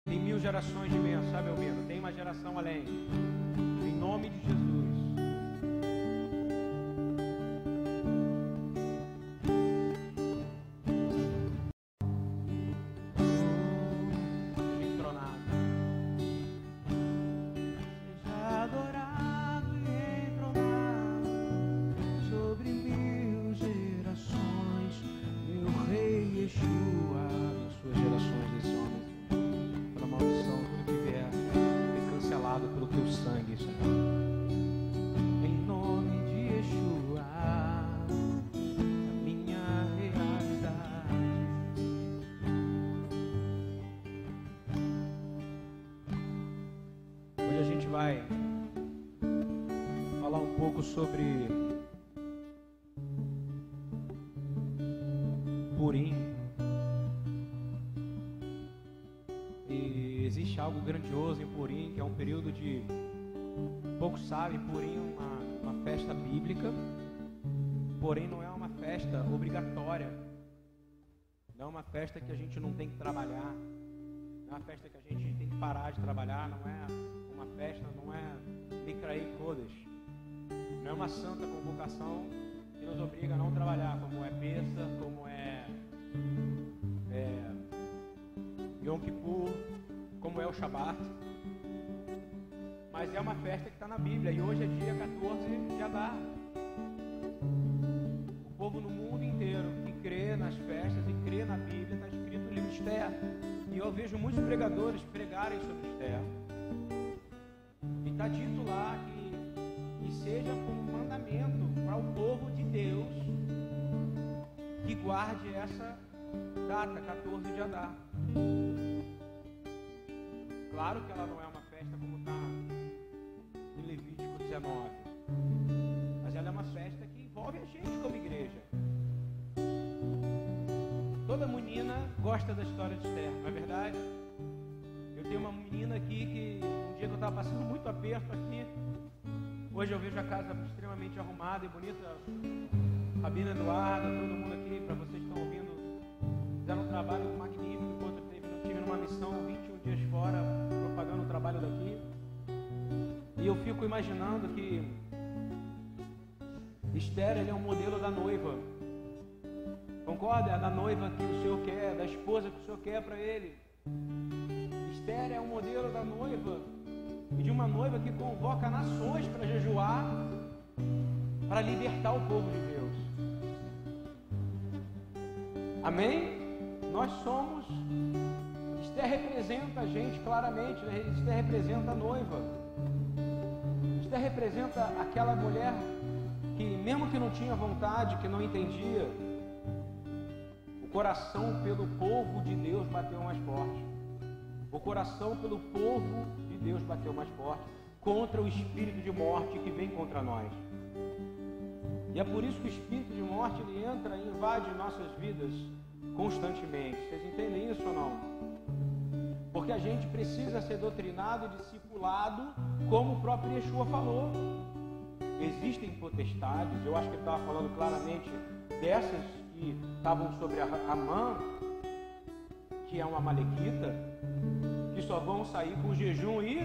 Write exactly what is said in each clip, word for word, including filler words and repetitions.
Tem mil gerações de bênção, sabe, Almeida? Tem uma geração além. Em nome de Jesus. Vai falar um pouco sobre Purim. E existe algo grandioso em Purim, que é um período de... Poucos sabem, Purim é uma, uma festa bíblica, porém não é uma festa obrigatória. Não é uma festa que a gente não tem que trabalhar. Não é uma festa que a gente tem que parar de trabalhar. Não é uma festa, não é Mikraei Kodesh. Não é uma santa convocação que nos obriga a não trabalhar, como é Pessa, como é, é Yom Kippur, como é o Shabat. Mas é uma festa que está na Bíblia, e hoje é dia quatorze de Adar. O povo no mundo inteiro que crê nas festas e crê na Bíblia, está escrito no livro de Esther. E eu vejo muitos pregadores pregarem sobre Esther. E está dito lá que, que seja como mandamento para o povo de Deus que guarde essa data, quatorze de Adar. Claro que ela não é uma festa como está em Levítico dezenove, mas ela é uma festa que envolve a gente como igreja. Toda menina gosta da história de Esther, não é verdade? Eu tenho uma menina aqui que um dia que eu estava passando muito aperto aqui, hoje eu vejo a casa extremamente arrumada e bonita. Rabina Eduarda, todo mundo aqui, para vocês que estão ouvindo, fizeram um trabalho magnífico enquanto eu teve, eu tive numa missão vinte e um dias fora, propagando o trabalho daqui. E eu fico imaginando que Esther, ele é um modelo da noiva. Concorda? É da noiva que o Senhor quer, da esposa que o Senhor quer para ele. Esther é um modelo da noiva, e de uma noiva que convoca nações para jejuar, para libertar o povo de Deus. Amém? Nós somos... Esther representa a gente claramente, né? Esther representa a noiva. Esther representa aquela mulher que, mesmo que não tinha vontade, que não entendia, o coração pelo povo de Deus bateu mais forte. O coração pelo povo de Deus bateu mais forte contra o espírito de morte que vem contra nós. E é por isso que o espírito de morte, ele entra e invade nossas vidas constantemente. Vocês entendem isso ou não? Porque a gente precisa ser doutrinado e discipulado, como o próprio Yeshua falou. Existem potestades, eu acho que ele estava falando claramente dessas que estavam sobre a Amã, que é uma malequita, que só vão sair com jejum e...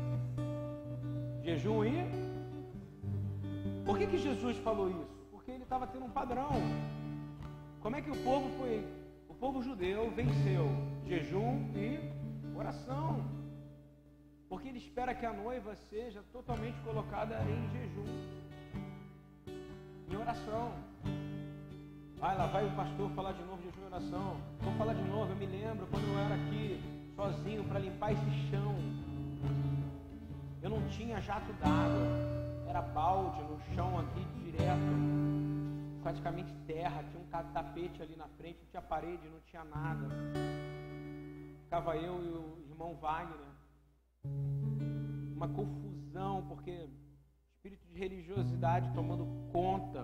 Jejum e... Por que que Jesus falou isso? Porque ele estava tendo um padrão. Como é que o povo foi... O povo judeu venceu jejum e oração. Porque ele espera que a noiva seja totalmente colocada em jejum, em oração. Vai lá, vai o pastor falar de novo de jejum e oração. Vou falar de novo, eu me lembro quando eu era aqui sozinho para limpar esse chão. Eu não tinha jato d'água, era balde no chão aqui direto, praticamente terra, tinha um tapete ali na frente, não tinha parede, não tinha nada. Ficava eu e o irmão Wagner, uma confusão, porque espírito de religiosidade tomando conta.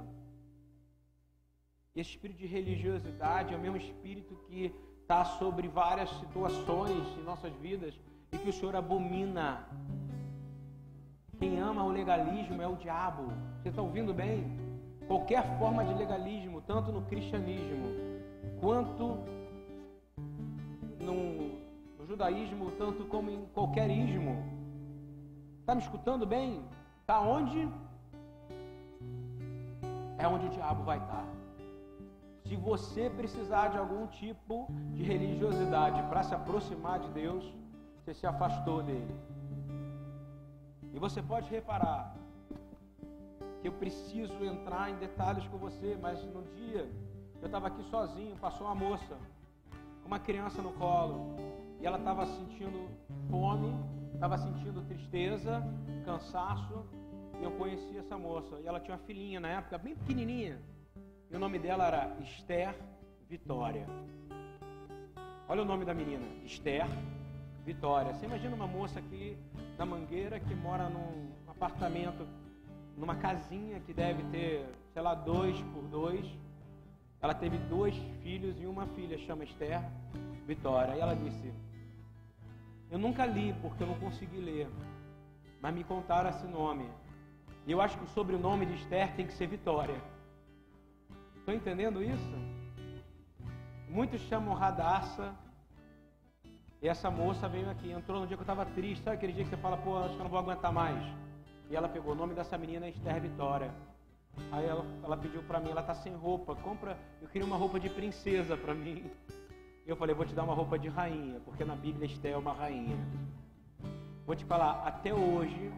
Esse espírito de religiosidade é o mesmo espírito que está sobre várias situações em nossas vidas e que o Senhor abomina. Quem ama o legalismo é o diabo. Você está ouvindo bem? Qualquer forma de legalismo, tanto no cristianismo quanto no, no judaísmo, tanto como em qualquer ismo. Está me escutando bem? Está onde? É onde o diabo vai estar. Se você precisar de algum tipo de religiosidade para se aproximar de Deus, você se afastou dele. E você pode reparar que eu preciso entrar em detalhes com você, mas no dia eu estava aqui sozinho, passou uma moça com uma criança no colo e ela estava sentindo fome, estava sentindo tristeza, cansaço, e eu conheci essa moça e ela tinha uma filhinha na época bem pequenininha e o nome dela era Esther Vitória. Olha o nome da menina, Esther Vitória. Você imagina uma moça aqui da Mangueira que mora num apartamento, numa casinha que deve ter, sei lá, dois por dois. Ela teve dois filhos e uma filha, chama Esther Vitória. E ela disse: eu nunca li porque eu não consegui ler, mas me contaram esse nome. E eu acho que o sobrenome de Esther tem que ser Vitória. Estão entendendo isso? Muitos chamam Radassa. E essa moça veio aqui, entrou no dia que eu estava triste. Sabe aquele dia que você fala, pô, acho que eu não vou aguentar mais? E ela pegou o nome dessa menina, é Esther Vitória. Aí ela, ela pediu para mim, ela tá sem roupa, compra, eu queria uma roupa de princesa para mim. Eu falei, vou te dar uma roupa de rainha, porque na Bíblia Esther é uma rainha. Vou te falar, até hoje,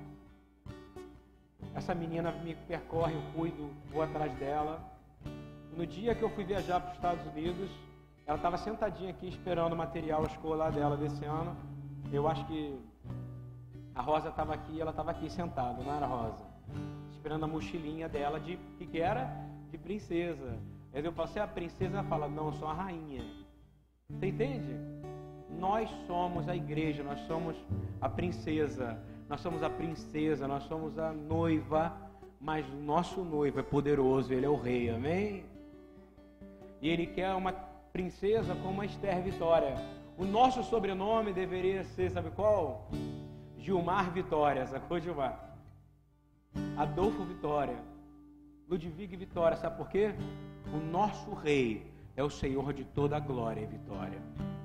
essa menina me percorre, eu cuido, vou atrás dela. No dia que eu fui viajar para os Estados Unidos, ela estava sentadinha aqui esperando o material escolar dela desse ano. Eu acho que a Rosa estava aqui e ela estava aqui sentada, não era Rosa? Esperando a mochilinha dela de, que que era? De princesa. Aí eu falo, você é a princesa? Ela fala, não, eu sou a rainha. Você entende? Nós somos a igreja, nós somos a princesa, nós somos a princesa, nós somos a noiva, mas o nosso noivo é poderoso, ele é o rei, amém? E ele quer uma princesa como a Esther Vitória. O nosso sobrenome deveria ser, sabe qual? Gilmar Vitória, sacou, Gilmar? Adolfo Vitória, Ludwig Vitória, sabe por quê? O nosso rei é o Senhor de toda a glória e vitória.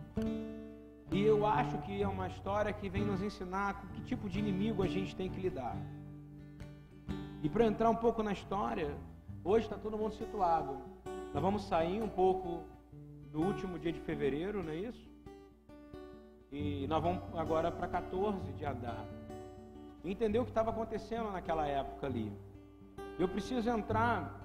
E eu acho que é uma história que vem nos ensinar com que tipo de inimigo a gente tem que lidar. E para entrar um pouco na história, hoje está todo mundo situado. Nós vamos sair um pouco do último dia de fevereiro, não é isso? E nós vamos agora para quatorze de Adar. E entender o que estava acontecendo naquela época ali. Eu preciso entrar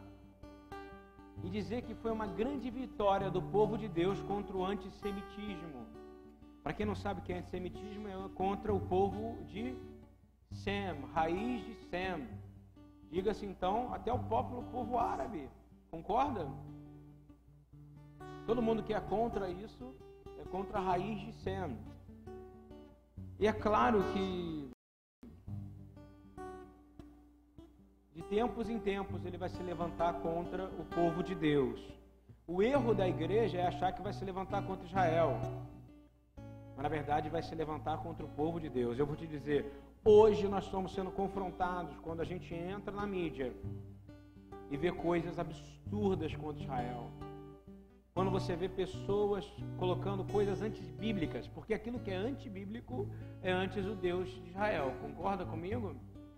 e dizer que foi uma grande vitória do povo de Deus contra o antissemitismo. Para quem não sabe o que é antissemitismo, é contra o povo de Sem, raiz de Sem. Diga-se então, até o próprio povo árabe. Concorda? Todo mundo que é contra isso é contra a raiz de Sem. E é claro que de tempos em tempos ele vai se levantar contra o povo de Deus. O erro da igreja é achar que vai se levantar contra Israel, mas na verdade vai se levantar contra o povo de Deus. Eu vou te dizer, hoje nós estamos sendo confrontados quando a gente entra na mídia e vê coisas absurdas contra Israel. Quando você vê pessoas colocando coisas antibíblicas, porque aquilo que é antibíblico é antes o Deus de Israel. Concorda comigo?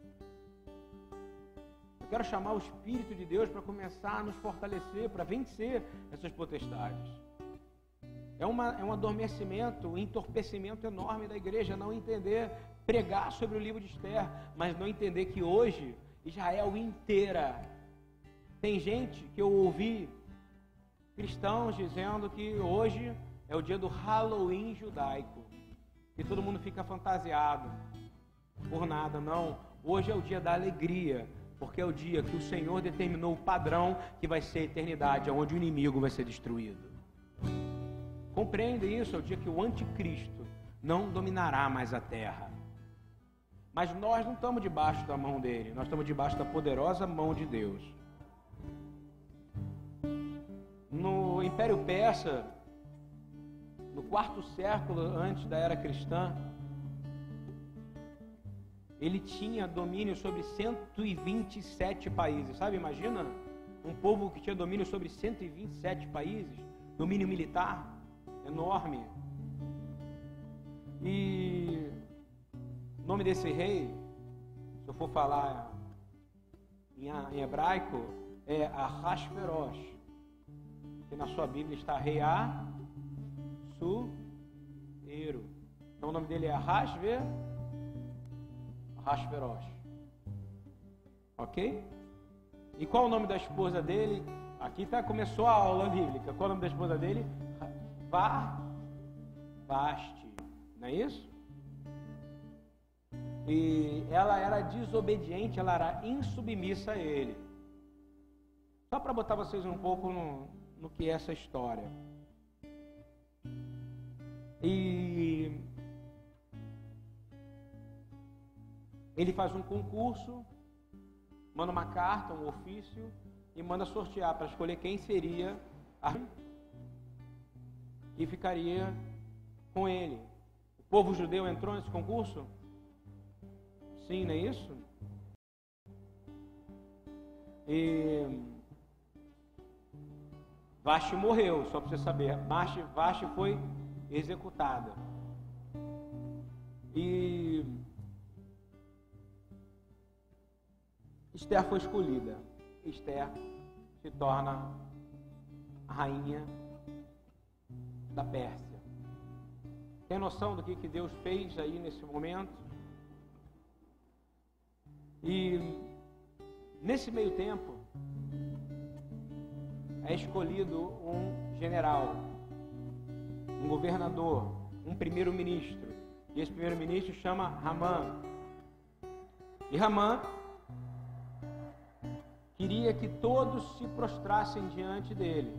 Eu quero chamar o Espírito de Deus para começar a nos fortalecer, para vencer essas potestades. É, uma, é um adormecimento, um entorpecimento enorme da igreja, não entender, pregar sobre o livro de Esther, mas não entender que hoje Israel inteira, tem gente que eu ouvi cristãos dizendo que hoje é o dia do Halloween judaico, que todo mundo fica fantasiado por nada. Não, hoje é o dia da alegria, porque é o dia que o Senhor determinou o padrão que vai ser a eternidade, onde o inimigo vai ser destruído. Compreende isso? É o dia que o anticristo não dominará mais a terra. Mas nós não estamos debaixo da mão dele, nós estamos debaixo da poderosa mão de Deus. No Império Persa, no quarto século antes da era cristã, ele tinha domínio sobre cento e vinte e sete países. Sabe, imagina um povo que tinha domínio sobre cento e vinte e sete países, domínio militar enorme. E o nome desse rei, se eu for falar em, em hebraico, é Ahasverosh, que na sua Bíblia está rei Assuero. Então o nome dele é Ahasver, Ahasverosh. Ok? E qual é o nome da esposa dele? Aqui tá, começou a aula bíblica. Qual é o nome da esposa dele? Vashti. Não é isso? E ela era desobediente, ela era insubmissa a ele. Só para botar vocês um pouco no, no que é essa história. E ele faz um concurso, manda uma carta, um ofício, e manda sortear para escolher quem seria a que ficaria com ele. O povo judeu entrou nesse concurso? Sim, não é isso? E Vashti morreu, só para você saber. Vashti, Vashti foi executada. E Esther foi escolhida. Esther se torna a rainha da Pérsia. Tem noção do que, que Deus fez aí nesse momento? E nesse meio tempo é escolhido um general, um governador, um primeiro-ministro. E esse primeiro-ministro chama Hamã. E Hamã queria que todos se prostrassem diante dele.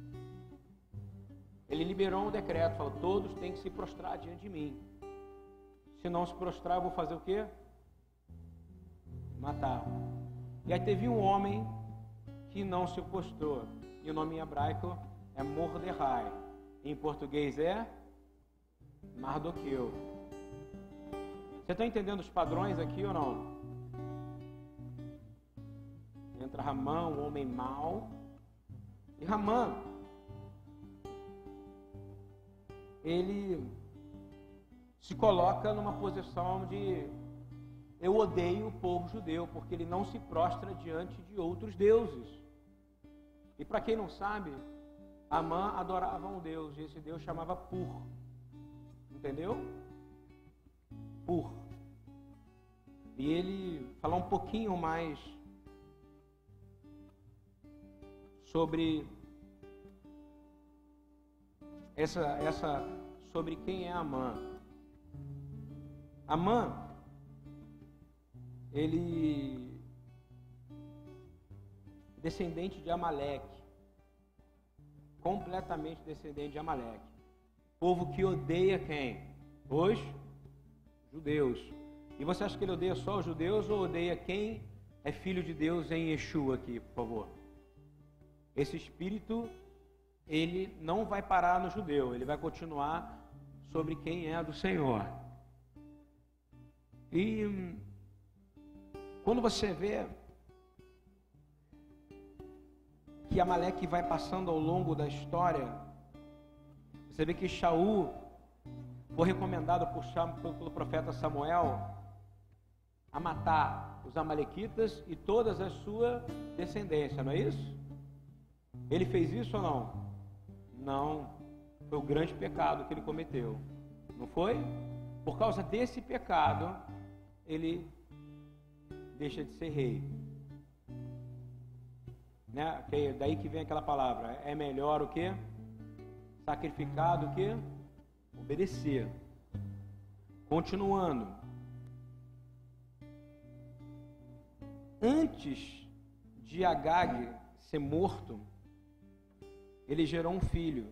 Ele liberou um decreto, falou: todos têm que se prostrar diante de mim. Se não se prostrar, eu vou fazer o quê? Matar. E aí teve um homem que não se prostrou. E o nome em hebraico é Mordecai. Em português é Mardoqueu. Você está entendendo os padrões aqui ou não? Entra Ramã, um homem mau. E Ramã, ele se coloca numa posição de: eu odeio o povo judeu, porque ele não se prostra diante de outros deuses. E para quem não sabe, Amã adorava um deus, e esse deus chamava Pur. Entendeu? Pur. E ele falar um pouquinho mais sobre essa, essa sobre quem é Amã. Amã, ele descendente de Amaleque, completamente descendente de Amaleque, povo que odeia quem? Os judeus. E você acha que ele odeia só os judeus ou odeia quem é filho de Deus em Yeshua aqui, por favor? Esse espírito, ele não vai parar no judeu, ele vai continuar sobre quem é do Senhor. E quando você vê que Amaleque vai passando ao longo da história, você vê que Shaul foi recomendado por, pelo profeta Samuel a matar os amalequitas e todas as suas descendências, não é isso? Ele fez isso ou não? Não. Foi o grande pecado que ele cometeu. Não foi? Por causa desse pecado, ele deixa de ser rei. Né? Daí que vem aquela palavra: é melhor o quê? Sacrificar do que obedecer. Continuando. Antes de Agag ser morto, ele gerou um filho.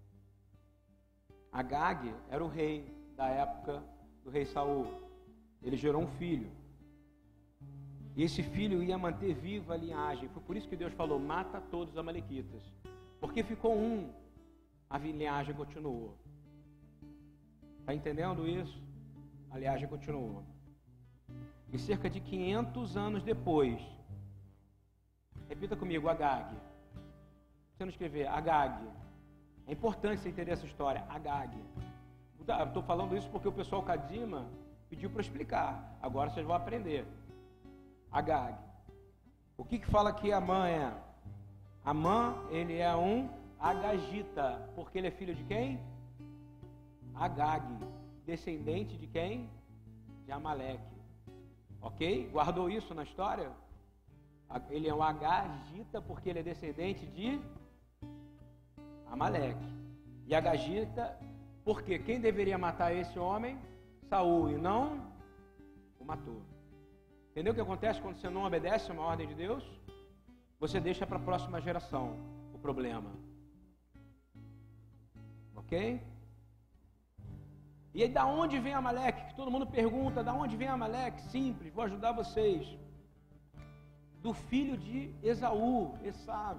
Agag era o rei da época do rei Saul. Ele gerou um filho. E esse filho ia manter viva a linhagem. Foi por isso que Deus falou: mata todos os amalequitas. Porque ficou um, a linhagem continuou. Está entendendo isso? A linhagem continuou. E cerca de quinhentos anos depois, repita comigo, Agag. Você não escrever Agag. É importante você entender essa história. Agag. Estou falando isso porque o pessoal Kadima pediu para explicar. Agora vocês vão aprender. Agag. O que que fala aqui Amã é? Amã, ele é um agagita, porque ele é filho de quem? Agag, descendente de quem? De Amaleque. Ok? Guardou isso na história? Ele é um agagita porque ele é descendente de Amaleque. E agagita, porque quem deveria matar esse homem? Saul, e não o matou. Entendeu o que acontece quando você não obedece a uma ordem de Deus? Você deixa para a próxima geração o problema. Ok? E aí, da onde vem Amaleque? Que todo mundo pergunta, da onde vem Amaleque? Simples, vou ajudar vocês. Do filho de Esaú, Esaú.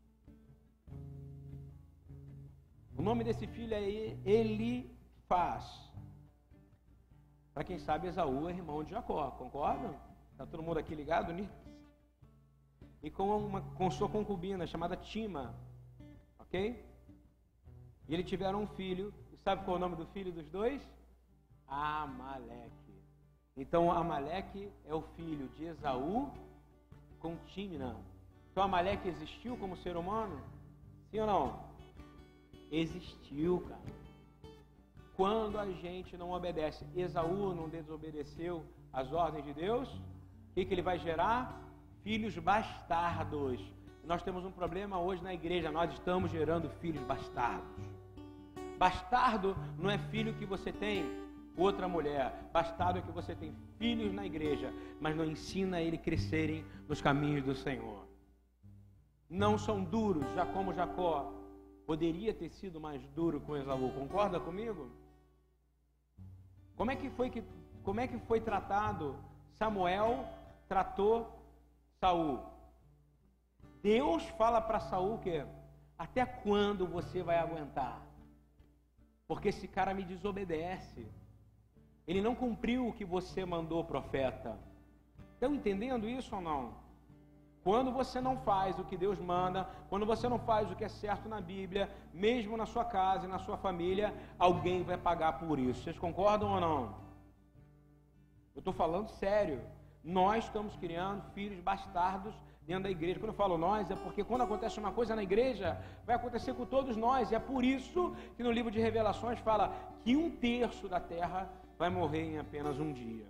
O nome desse filho é Elifaz. Para quem sabe, Esaú é irmão de Jacó, concordam? Está todo mundo aqui ligado nisso? E com, uma, com sua concubina chamada Tima, ok? E eles tiveram um filho. E sabe qual é o nome do filho dos dois? Amaleque. Então Amaleque é o filho de Esaú com Timna. Então Amaleque existiu como ser humano? Sim ou não? Existiu, cara. Quando a gente não obedece, Esaú não desobedeceu às ordens de Deus, o que, que ele vai gerar? Filhos bastardos. Nós temos um problema hoje na igreja, nós estamos gerando filhos bastardos. Bastardo não é filho que você tem outra mulher, bastardo é que você tem filhos na igreja, mas não ensina ele a crescerem nos caminhos do Senhor. Não são duros, já como Jacó poderia ter sido mais duro com Esaú, concorda comigo? Como é que foi que, como é que foi tratado? Samuel tratou Saul. Deus fala para Saul que até quando você vai aguentar? Porque esse cara me desobedece. Ele não cumpriu o que você mandou, profeta. Estão entendendo isso ou não? Quando você não faz o que Deus manda, quando você não faz o que é certo na Bíblia, mesmo na sua casa e na sua família, alguém vai pagar por isso. Vocês concordam ou não? Eu estou falando sério. Nós estamos criando filhos bastardos dentro da igreja. Quando eu falo nós, é porque quando acontece uma coisa na igreja, vai acontecer com todos nós. E é por isso que no livro de Revelações fala que um terço da terra vai morrer em apenas um dia.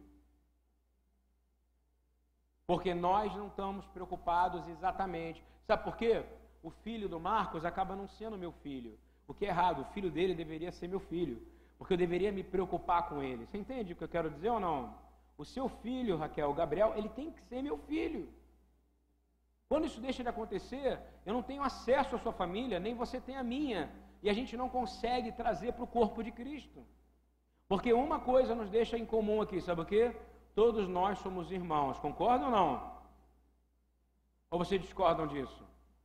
Porque nós não estamos preocupados exatamente. Sabe por quê? O filho do Marcos acaba não sendo meu filho. O que é errado, o filho dele deveria ser meu filho. Porque eu deveria me preocupar com ele. Você entende o que eu quero dizer ou não? O seu filho, Raquel, o Gabriel, ele tem que ser meu filho. Quando isso deixa de acontecer, eu não tenho acesso à sua família, nem você tem a minha. E a gente não consegue trazer para o corpo de Cristo. Porque uma coisa nos deixa em comum aqui, sabe o quê? Todos nós somos irmãos, concordam ou não? Ou vocês discordam disso?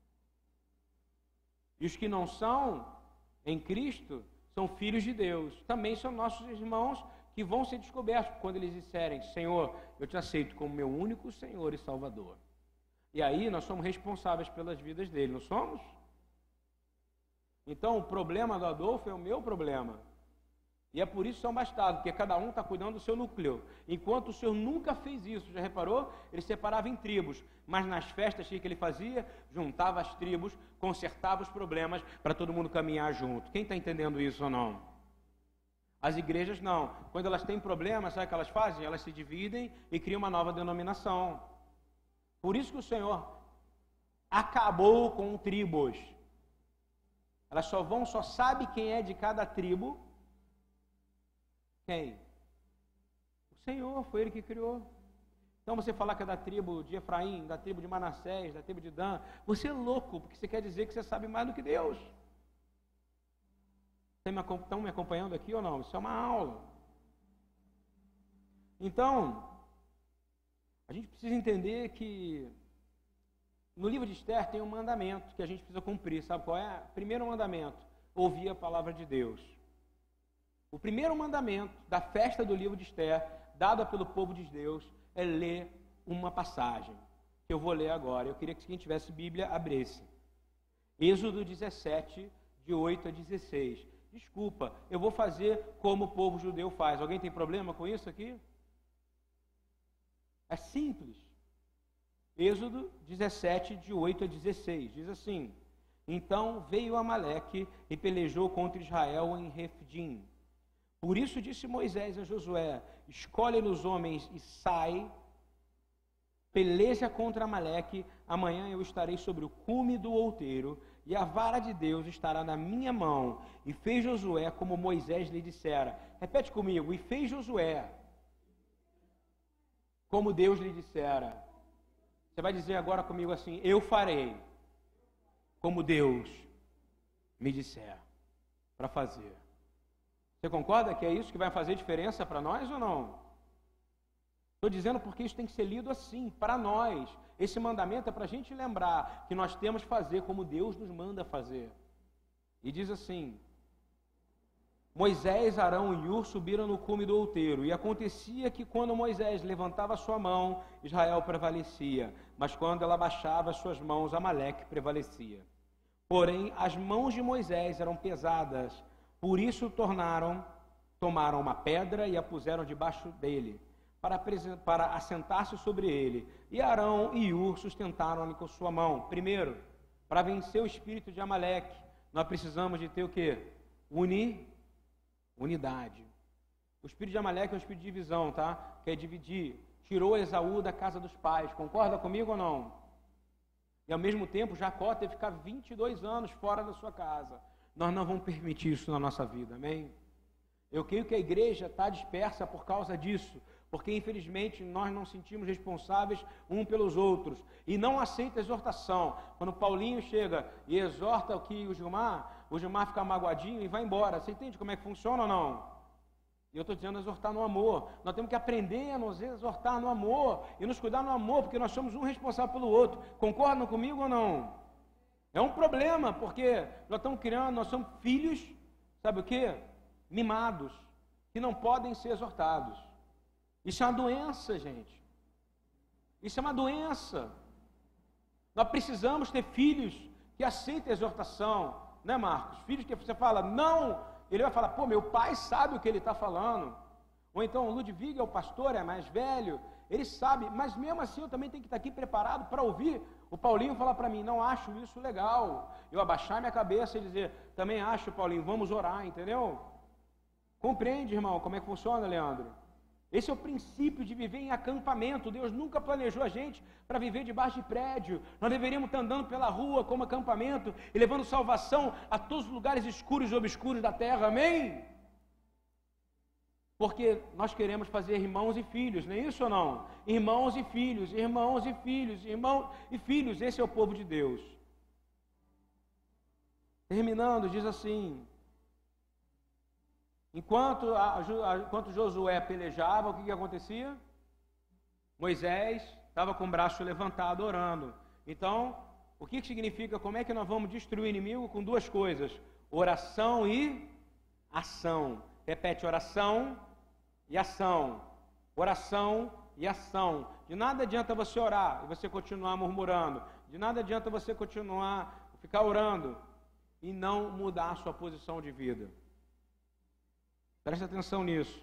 E os que não são em Cristo são filhos de Deus. Também são nossos irmãos que vão ser descobertos quando eles disserem: Senhor, eu te aceito como meu único Senhor e Salvador. E aí nós somos responsáveis pelas vidas dele, não somos? Então o problema do Adolfo é o meu problema. E é por isso que são bastardos, porque cada um está cuidando do seu núcleo. Enquanto o Senhor nunca fez isso, já reparou? Ele separava em tribos, mas nas festas que ele fazia, juntava as tribos, consertava os problemas para todo mundo caminhar junto. Quem está entendendo isso ou não? As igrejas não. Quando elas têm problemas, sabe o que elas fazem? Elas se dividem e criam uma nova denominação. Por isso que o Senhor acabou com tribos. Elas só vão, só sabe quem é de cada tribo. Quem? O Senhor, foi Ele que criou. Então você falar que é da tribo de Efraim, da tribo de Manassés, da tribo de Dan, você é louco, porque você quer dizer que você sabe mais do que Deus. Estão me acompanhando aqui ou não? Isso é uma aula. Então, a gente precisa entender que no livro de Esther tem um mandamento que a gente precisa cumprir. Sabe qual é? Primeiro mandamento: ouvir a palavra de Deus. O primeiro mandamento da festa do livro de Esther, dada pelo povo de Deus, é ler uma passagem, que eu vou ler agora. Eu queria que quem tivesse Bíblia, abrisse. Êxodo dezessete, de oito a dezesseis. desculpa, eu vou fazer como o povo judeu faz. Alguém tem problema com isso aqui? É simples. Êxodo dezessete, de oito a dezesseis, diz assim: então veio Amaleque e pelejou contra Israel em Refidim. Por isso disse Moisés a Josué: escolhe-nos homens e sai, peleja contra Amaleque, amanhã eu estarei sobre o cume do outeiro, e a vara de Deus estará na minha mão. E fez Josué como Moisés lhe dissera. Repete comigo: e fez Josué como Deus lhe dissera. Você vai dizer agora comigo assim: eu farei como Deus me disser para fazer. Você concorda que é isso que vai fazer diferença para nós ou não? Estou dizendo porque isso tem que ser lido assim, para nós. Esse mandamento é para a gente lembrar que nós temos que fazer como Deus nos manda fazer. E diz assim: Moisés, Arão e Hur subiram no cume do outeiro, e acontecia que quando Moisés levantava sua mão, Israel prevalecia, mas quando ela baixava as suas mãos, Amaleque prevalecia. Porém, as mãos de Moisés eram pesadas, por isso tornaram, tomaram uma pedra e a puseram debaixo dele, para, para assentar-se sobre ele, e Arão e Hur sustentaram-lhe com sua mão. Primeiro, para vencer o espírito de Amaleque, nós precisamos de ter o quê? Unir. Unidade. O espírito de Amaleque é um espírito de divisão, tá? Quer dividir. Tirou Esaú da casa dos pais. Concorda comigo ou não? E ao mesmo tempo, Jacó teve que ficar vinte e dois anos fora da sua casa. Nós não vamos permitir isso na nossa vida, amém? Eu creio que a igreja está dispersa por causa disso, porque infelizmente nós não sentimos responsáveis um pelos outros, e não aceita exortação. Quando Paulinho chega e exorta aqui o Gilmar, o Gilmar fica magoadinho e vai embora. Você entende como é que funciona ou não? E eu estou dizendo exortar no amor. Nós temos que aprender a nos exortar no amor e nos cuidar no amor, porque nós somos um responsável pelo outro. Concordam comigo ou não? É um problema, porque nós estamos criando, nós somos filhos, sabe o quê? Mimados, que não podem ser exortados. Isso é uma doença, gente. Isso é uma doença. Nós precisamos ter filhos que aceitem a exortação, né, Marcos? Filhos que você fala, não, ele vai falar, pô, meu pai sabe o que ele está falando. Ou então, o Ludwig é o pastor, é mais velho, ele sabe, mas mesmo assim eu também tenho que estar aqui preparado para ouvir o Paulinho falar para mim, não acho isso legal. Eu abaixar minha cabeça e dizer, também acho, Paulinho, vamos orar, entendeu? Compreende, irmão, como é que funciona, Leandro? Esse é o princípio de viver em acampamento. Deus nunca planejou a gente para viver debaixo de prédio. Nós deveríamos estar andando pela rua como acampamento e levando salvação a todos os lugares escuros e obscuros da terra, amém? Porque nós queremos fazer irmãos e filhos, não é isso ou não? Irmãos e filhos, irmãos e filhos, irmãos e filhos, esse é o povo de Deus. Terminando, diz assim: Enquanto, a, a, enquanto Josué pelejava, o que, que acontecia? Moisés estava com o braço levantado orando. Então, o que, que significa? Como é que nós vamos destruir o inimigo? Com duas coisas: oração e ação. Repete: oração e ação. Oração e ação. De nada adianta você orar e você continuar murmurando. De nada adianta você continuar, ficar orando e não mudar a sua posição de vida. Preste atenção nisso.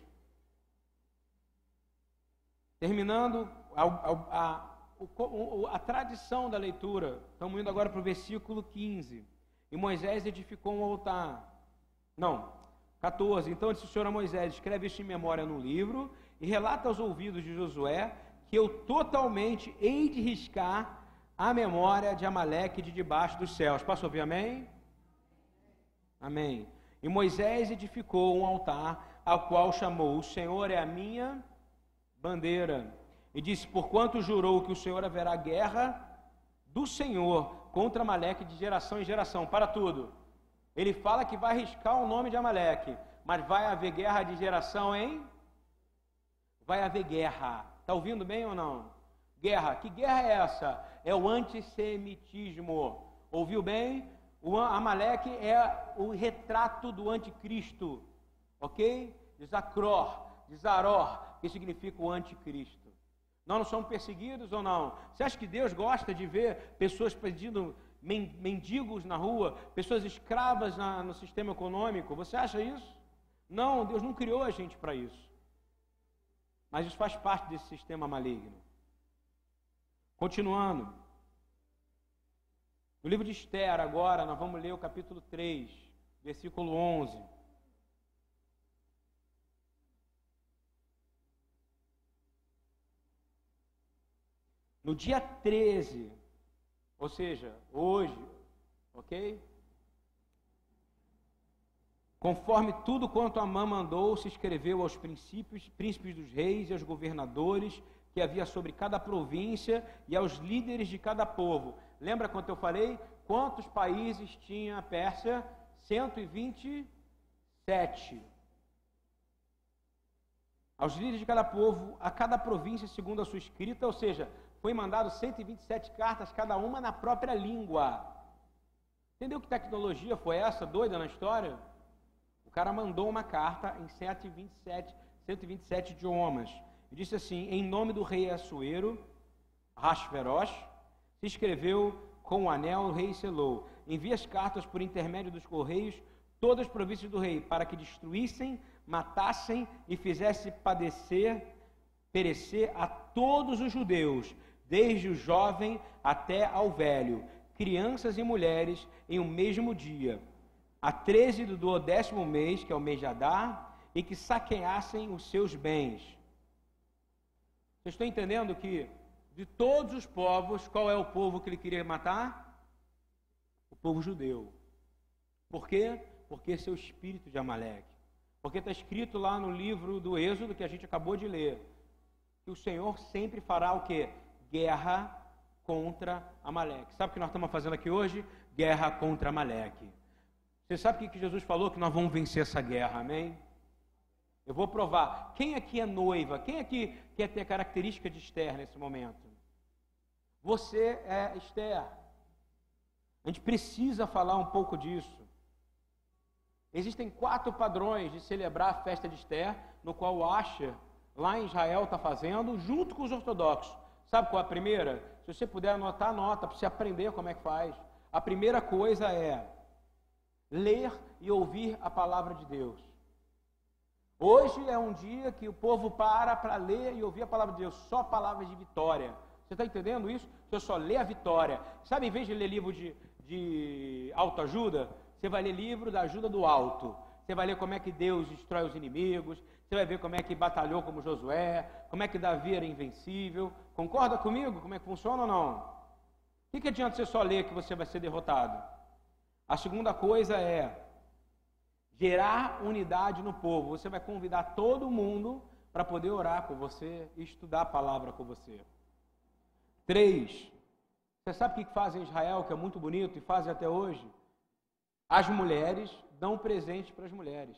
Terminando a, a, a, a tradição da leitura, estamos indo agora para o versículo quinze. E Moisés edificou um altar. Não, quatorze. Então disse o Senhor a Moisés: escreve isso em memória no livro e relata aos ouvidos de Josué que eu totalmente hei de riscar a memória de Amaleque de debaixo dos céus. Posso ouvir amém? Amém. E Moisés edificou um altar, ao qual chamou: o Senhor é a minha bandeira. E disse: porquanto jurou que o Senhor haverá guerra do Senhor contra Amaleque de geração em geração. Para tudo. Ele fala que vai arriscar o nome de Amaleque, mas vai haver guerra de geração em... Vai haver guerra. Está ouvindo bem ou não? Guerra. Que guerra é essa? É o antissemitismo. Ouviu bem? O Amaleque é o retrato do anticristo, ok? De Zacror, de Zaror, que significa o anticristo. Nós não somos perseguidos ou não? Você acha que Deus gosta de ver pessoas pedindo mendigos na rua, pessoas escravas na, no sistema econômico. Você acha isso? Não, Deus não criou a gente para isso. Mas isso faz parte desse sistema maligno. Continuando. No livro de Esther, agora, nós vamos ler o capítulo três, versículo onze. No dia treze, ou seja, hoje, ok? Conforme tudo quanto Amã mandou, se escreveu aos princípios, príncipes dos reis e aos governadores que havia sobre cada província e aos líderes de cada povo. Lembra quando eu falei? Quantos países tinha a Pérsia? cento e vinte e sete. Aos líderes de cada povo, a cada província segundo a sua escrita, ou seja, foi mandado cento e vinte e sete cartas, cada uma na própria língua. Entendeu que tecnologia foi essa, doida na história? O cara mandou uma carta em cento e vinte e sete, cento e vinte e sete idiomas. E disse assim: em nome do rei Assuero, Ahasverosh, se escreveu com o anel o rei selou. Envia as cartas por intermédio dos correios, todas as províncias do rei, para que destruíssem, matassem e fizessem padecer, perecer a todos os judeus, desde o jovem até ao velho, crianças e mulheres, em um mesmo dia, a treze do décimo mês, que é o mês de Adar, e que saqueassem os seus bens. Vocês estão entendendo que de todos os povos, qual é o povo que ele queria matar? O povo judeu. Por quê? Porque esse é o espírito de Amaleque. Porque está escrito lá no livro do Êxodo, que a gente acabou de ler, que o Senhor sempre fará o quê? Guerra contra Amaleque. Sabe o que nós estamos fazendo aqui hoje? Guerra contra Amaleque. Você sabe o que Jesus falou? Que nós vamos vencer essa guerra, amém? Eu vou provar. Quem aqui é noiva? Quem aqui quer ter a característica de Esther nesse momento? Você é Esther. A gente precisa falar um pouco disso. Existem quatro padrões de celebrar a festa de Esther, no qual o Asher, lá em Israel, está fazendo, junto com os ortodoxos. Sabe qual é a primeira? Se você puder anotar, anota, para você aprender como é que faz. A primeira coisa é ler e ouvir a palavra de Deus. Hoje é um dia que o povo para para ler e ouvir a palavra de Deus, só palavras de vitória. Você está entendendo isso? Você só lê a vitória. Sabe, em vez de ler livro de, de autoajuda, você vai ler livro da ajuda do alto. Você vai ler como é que Deus destrói os inimigos, você vai ver como é que batalhou como Josué, como é que Davi era invencível. Concorda comigo? Como é que funciona ou não? O que, que adianta você só ler que você vai ser derrotado? A segunda coisa é gerar unidade no povo. Você vai convidar todo mundo para poder orar com você e estudar a palavra com você. Três, você sabe o que fazem em Israel, que é muito bonito e fazem até hoje? As mulheres dão presente para as mulheres.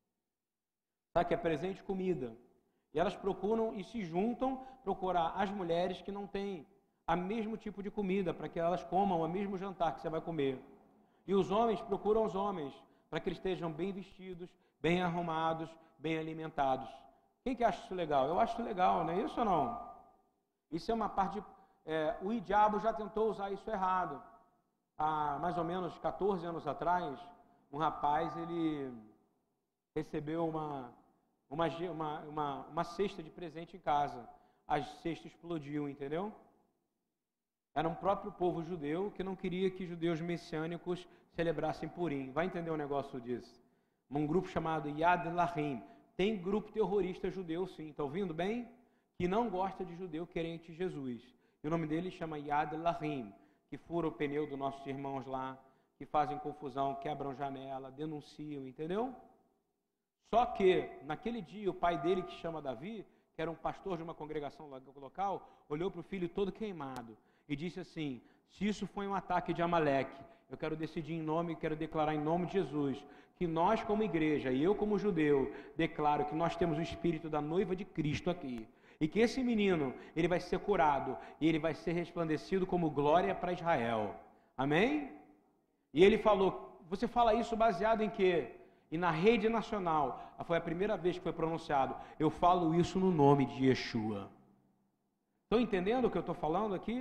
Sabe que é presente comida. E elas procuram e se juntam procurar as mulheres que não têm o mesmo tipo de comida, para que elas comam o mesmo jantar que você vai comer. E os homens procuram os homens, para que eles estejam bem vestidos, bem arrumados, bem alimentados. Quem que acha isso legal? Eu acho isso legal, não é isso ou não? Isso é uma parte de... É, o diabo já tentou usar isso errado. Há mais ou menos quatorze anos atrás, um rapaz, ele recebeu uma, uma, uma, uma, uma cesta de presente em casa. A cesta explodiu, entendeu? Era um próprio povo judeu que não queria que judeus messiânicos celebrassem Purim. Vai entender o negócio disso? Um grupo chamado Yad Lahim. Tem grupo terrorista judeu, sim, está ouvindo bem? Que não gosta de judeu querente Jesus. E o nome dele chama Yad Lahim, que fura o pneu dos nossos irmãos lá, que fazem confusão, quebram janela, denunciam, entendeu? Só que, naquele dia, o pai dele, que chama Davi, que era um pastor de uma congregação local, olhou para o filho todo queimado e disse assim: se isso foi um ataque de Amaleque, eu quero decidir em nome, quero declarar em nome de Jesus, que nós como igreja, e eu como judeu, declaro que nós temos o espírito da noiva de Cristo aqui. E que esse menino, ele vai ser curado, e ele vai ser resplandecido como glória para Israel. Amém? E ele falou, você fala isso baseado em quê? E na rede nacional, foi a primeira vez que foi pronunciado, eu falo isso no nome de Yeshua. Estão entendendo o que eu estou falando aqui?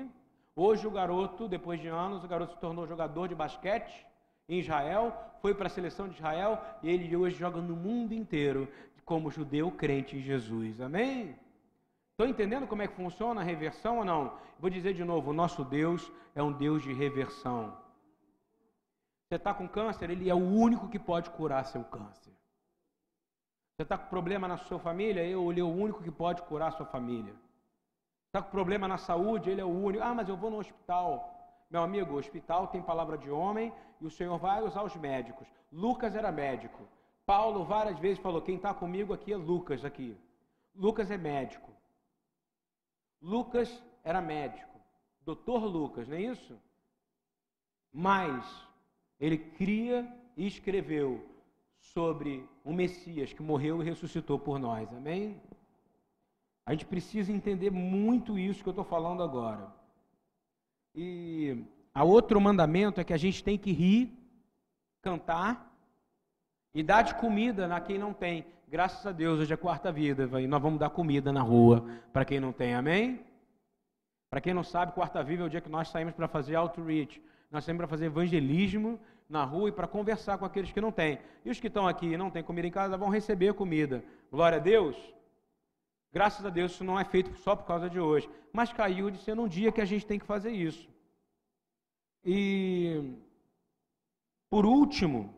Hoje o garoto, depois de anos, o garoto se tornou jogador de basquete em Israel, foi para a seleção de Israel e ele hoje joga no mundo inteiro como judeu crente em Jesus. Amém? Estão entendendo como é que funciona a reversão ou não? Vou dizer de novo, o nosso Deus é um Deus de reversão. Você está com câncer, Ele é o único que pode curar seu câncer. Você está com problema na sua família, Ele é o único que pode curar sua família. Está com problema na saúde, Ele é o único. Ah, mas eu vou no hospital. Meu amigo, o hospital tem palavra de homem e o Senhor vai usar os médicos. Lucas era médico. Paulo várias vezes falou, quem está comigo aqui é Lucas aqui. Lucas é médico. Lucas era médico. doutor Lucas, não é isso? Mas ele cria e escreveu sobre o Messias que morreu e ressuscitou por nós. Amém? A gente precisa entender muito isso que eu estou falando agora. E a outro mandamento é que a gente tem que rir, cantar e dar de comida na quem não tem. Graças a Deus, hoje é quarta vida, e nós vamos dar comida na rua para quem não tem, amém? Para quem não sabe, quarta vida é o dia que nós saímos para fazer outreach. Nós saímos para fazer evangelismo na rua e para conversar com aqueles que não têm. E os que estão aqui e não têm comida em casa vão receber comida. Glória a Deus. Graças a Deus, isso não é feito só por causa de hoje, mas caiu de ser num dia que a gente tem que fazer isso. E, por último,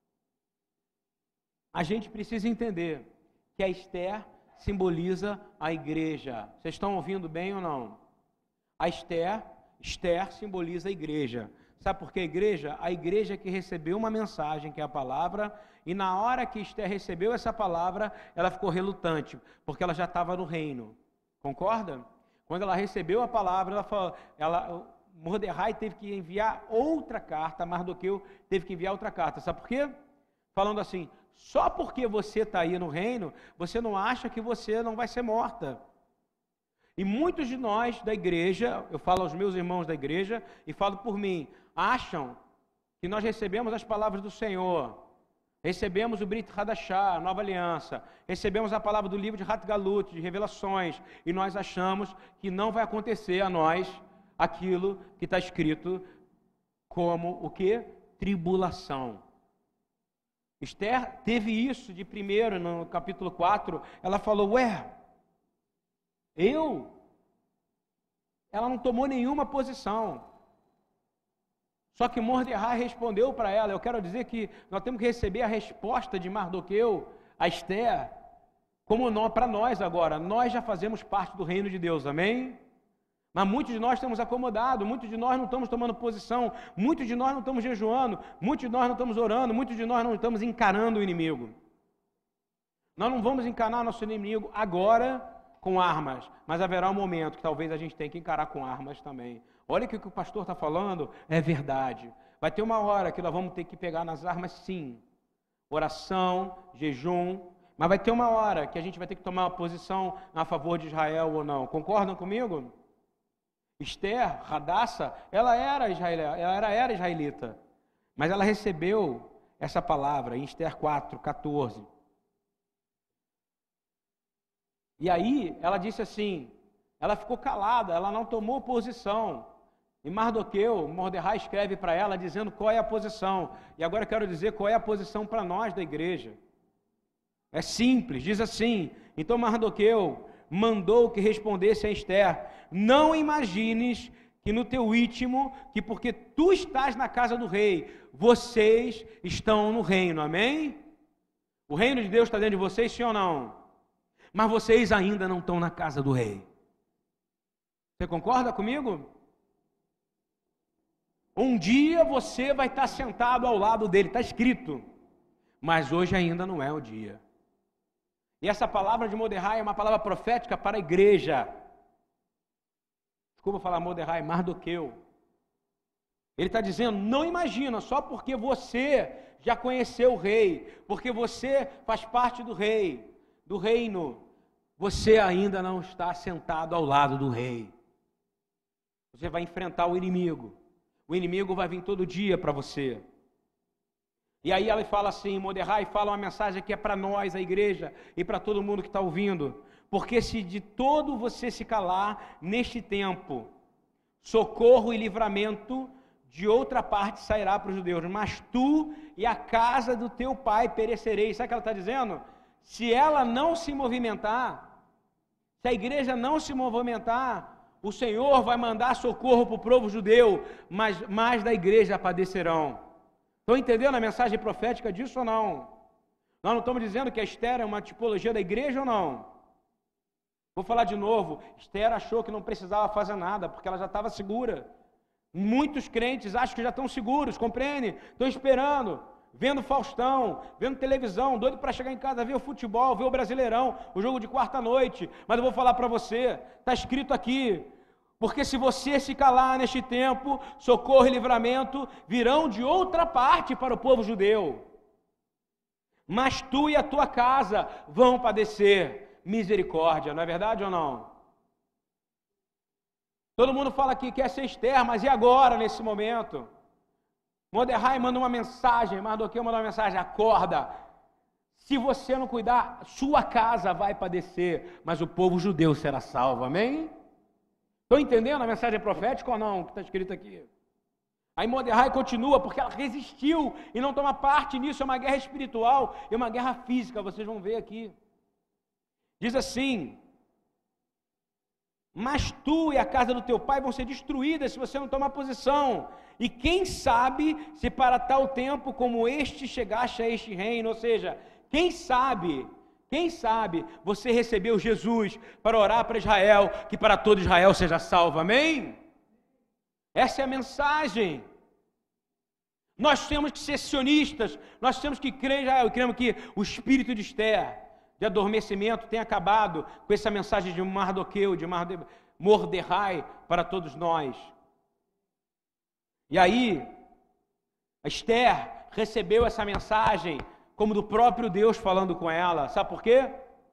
a gente precisa entender que a Esther simboliza a igreja. Vocês estão ouvindo bem ou não? A Esther, Esther simboliza a igreja. Sabe por que a igreja? A igreja que recebeu uma mensagem, que é a palavra, e na hora que Esther recebeu essa palavra, ela ficou relutante, porque ela já estava no reino. Concorda? Quando ela recebeu a palavra, ela falou, ela, Mordecai teve que enviar outra carta, Mardoqueu teve que enviar outra carta. Sabe por quê? Falando assim, só porque você está aí no reino, você não acha que você não vai ser morta. E muitos de nós da igreja, eu falo aos meus irmãos da igreja e falo por mim, acham que nós recebemos as palavras do Senhor, recebemos o Brit Hadashah, a nova aliança, recebemos a palavra do livro de Hatgalut, de revelações, e nós achamos que não vai acontecer a nós aquilo que está escrito como o que? Tribulação. Esther teve isso de primeiro, no capítulo quatro, ela falou, ué, eu? Ela não tomou nenhuma posição. Só que Mordecai respondeu para ela. Eu quero dizer que nós temos que receber a resposta de Mardoqueu, a Esther, como para nós agora. Nós já fazemos parte do reino de Deus, amém? Mas muitos de nós estamos acomodados, muitos de nós não estamos tomando posição, muitos de nós não estamos jejuando, muitos de nós não estamos orando, muitos de nós não estamos encarando o inimigo. Nós não vamos encarar nosso inimigo agora com armas, mas haverá um momento que talvez a gente tenha que encarar com armas também. Olha que o que o pastor está falando é verdade. Vai ter uma hora que nós vamos ter que pegar nas armas, sim. Oração, jejum, mas vai ter uma hora que a gente vai ter que tomar uma posição a favor de Israel ou não. Concordam comigo? Esther, Radassa, ela era israelita, ela era, era israelita, mas ela recebeu essa palavra em Esther quatro, catorze. E aí ela disse assim, ela ficou calada, ela não tomou posição. E Mardoqueu, Mordecai escreve para ela dizendo qual é a posição. E agora eu quero dizer qual é a posição para nós da igreja. É simples, diz assim, então Mardoqueu mandou que respondesse a Esther, não imagines que no teu íntimo, que porque tu estás na casa do rei, vocês estão no reino, amém? O reino de Deus está dentro de vocês, sim ou não? Mas vocês ainda não estão na casa do rei. Você concorda comigo? Um dia você vai estar sentado ao lado dele, está escrito, mas hoje ainda não é o dia. E essa palavra de Mordecai é uma palavra profética para a igreja. Desculpa falar Mordecai, Mardoqueu. Ele está dizendo, não imagina, só porque você já conheceu o rei, porque você faz parte do rei, do reino, você ainda não está sentado ao lado do rei. Você vai enfrentar o inimigo. O inimigo vai vir todo dia para você. E aí ela fala assim, Mordecai fala uma mensagem que é para nós, a igreja, e para todo mundo que está ouvindo. Porque se de todo você se calar neste tempo, socorro e livramento de outra parte sairá para os judeus, mas tu e a casa do teu pai perecereis. Sabe o que ela está dizendo? Se ela não se movimentar, se a igreja não se movimentar, o Senhor vai mandar socorro para o povo judeu, mas mais da igreja padecerão. Estão entendendo a mensagem profética disso ou não? Nós não estamos dizendo que a Esther é uma tipologia da igreja ou não? Vou falar de novo. Esther achou que não precisava fazer nada, porque ela já estava segura. Muitos crentes acham que já estão seguros, compreende? Estão esperando, vendo Faustão, vendo televisão, doido para chegar em casa, ver o futebol, ver o Brasileirão, o jogo de quarta-noite. Mas eu vou falar para você, está escrito aqui, porque se você se calar neste tempo, socorro e livramento virão de outra parte para o povo judeu. Mas tu e a tua casa vão padecer misericórdia, não é verdade ou não? Todo mundo fala que quer ser Esther, mas e agora, nesse momento? Mordecai manda uma mensagem, Mardoqueu manda uma mensagem, acorda, se você não cuidar, sua casa vai padecer, mas o povo judeu será salvo, amém? Estão entendendo a mensagem profética ou não, que está escrito aqui? Aí Mordecai continua, porque ela resistiu e não toma parte nisso, é uma guerra espiritual e uma guerra física, vocês vão ver aqui. Diz assim, mas tu e a casa do teu pai vão ser destruídas se você não tomar posição. E quem sabe se para tal tempo como este chegaste a este reino, ou seja, quem sabe, quem sabe você recebeu Jesus para orar para Israel, que para todo Israel seja salvo, amém? Essa é a mensagem. Nós temos que ser sionistas, nós temos que crer em Israel, cremos que o espírito de Esther, de adormecimento, tem acabado com essa mensagem de Mardoqueu, de Mordecai para todos nós. E aí, a Esther recebeu essa mensagem como do próprio Deus falando com ela. Sabe por quê?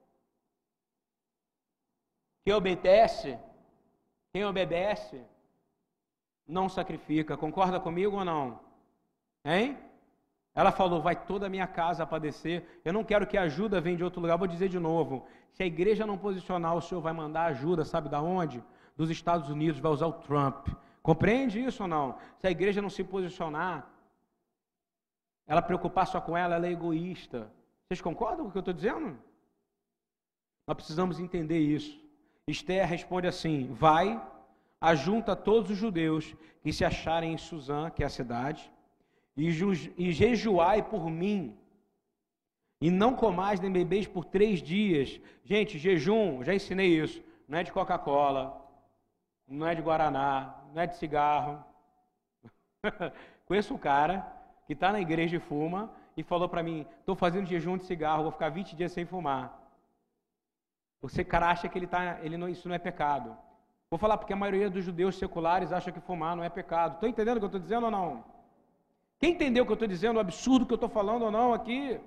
Quem obedece, quem obedece, não sacrifica. Concorda comigo ou não? Hein? Ela falou, vai toda a minha casa padecer. Eu não quero que a ajuda venha de outro lugar. Vou dizer de novo, se a igreja não posicionar, o Senhor vai mandar ajuda, sabe da onde? Dos Estados Unidos, vai usar o Trump. Compreende isso ou não? Se a igreja não se posicionar, ela preocupar só com ela, ela é egoísta. Vocês concordam com o que eu estou dizendo? Nós precisamos entender isso. Esther responde assim, vai, ajunta todos os judeus que se acharem em Suzã, que é a cidade, e, ju- e jejuai por mim, e não comais nem bebeis por três dias. Gente, jejum, já ensinei isso, não é de Coca-Cola, não é de Guaraná, não é de cigarro. Conheço um cara que está na igreja e fuma, e falou para mim, estou fazendo jejum de cigarro, vou ficar vinte dias sem fumar. Você, cara, acha que ele tá, ele não, isso não é pecado. Vou falar porque a maioria dos judeus seculares acha que fumar não é pecado. Estou entendendo o que eu estou dizendo ou não? Quem entendeu o que eu estou dizendo, o absurdo que eu estou falando ou não aqui?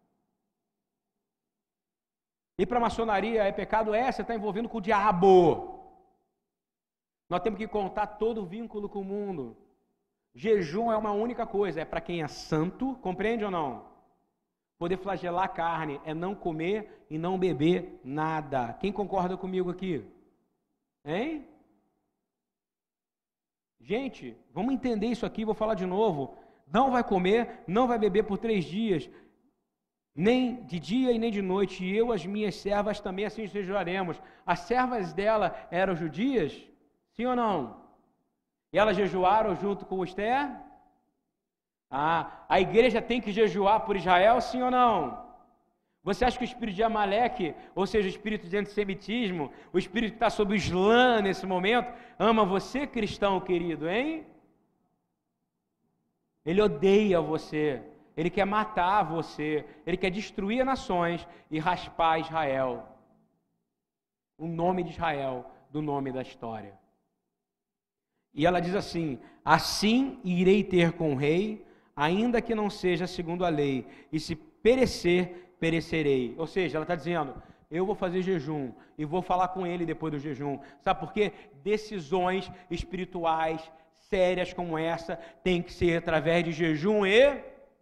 Ir para a maçonaria é pecado? É, você está envolvendo com o diabo. Nós temos que contar todo o vínculo com o mundo. Jejum é uma única coisa, é para quem é santo, compreende ou não? Poder flagelar a carne é não comer e não beber nada. Quem concorda comigo aqui? Hein? Gente, vamos entender isso aqui, vou falar de novo. Não vai comer, não vai beber por três dias, nem de dia e nem de noite, e eu, as minhas servas, também assim jejuaremos. As servas dela eram judias? Sim ou não? E elas jejuaram junto com Esther? Ah, a igreja tem que jejuar por Israel, sim ou não? Você acha que o espírito de Amaleque, ou seja, o espírito de antissemitismo, o espírito que está sob o Islã nesse momento, ama você, cristão querido, hein? Ele odeia você, ele quer matar você, ele quer destruir nações e raspar Israel. O nome de Israel do nome da história. E ela diz assim, assim irei ter com o rei, ainda que não seja segundo a lei, e se perecer, perecerei. Ou seja, ela está dizendo, eu vou fazer jejum, e vou falar com ele depois do jejum. Sabe por quê? Decisões espirituais sérias como essa tem que ser através de jejum e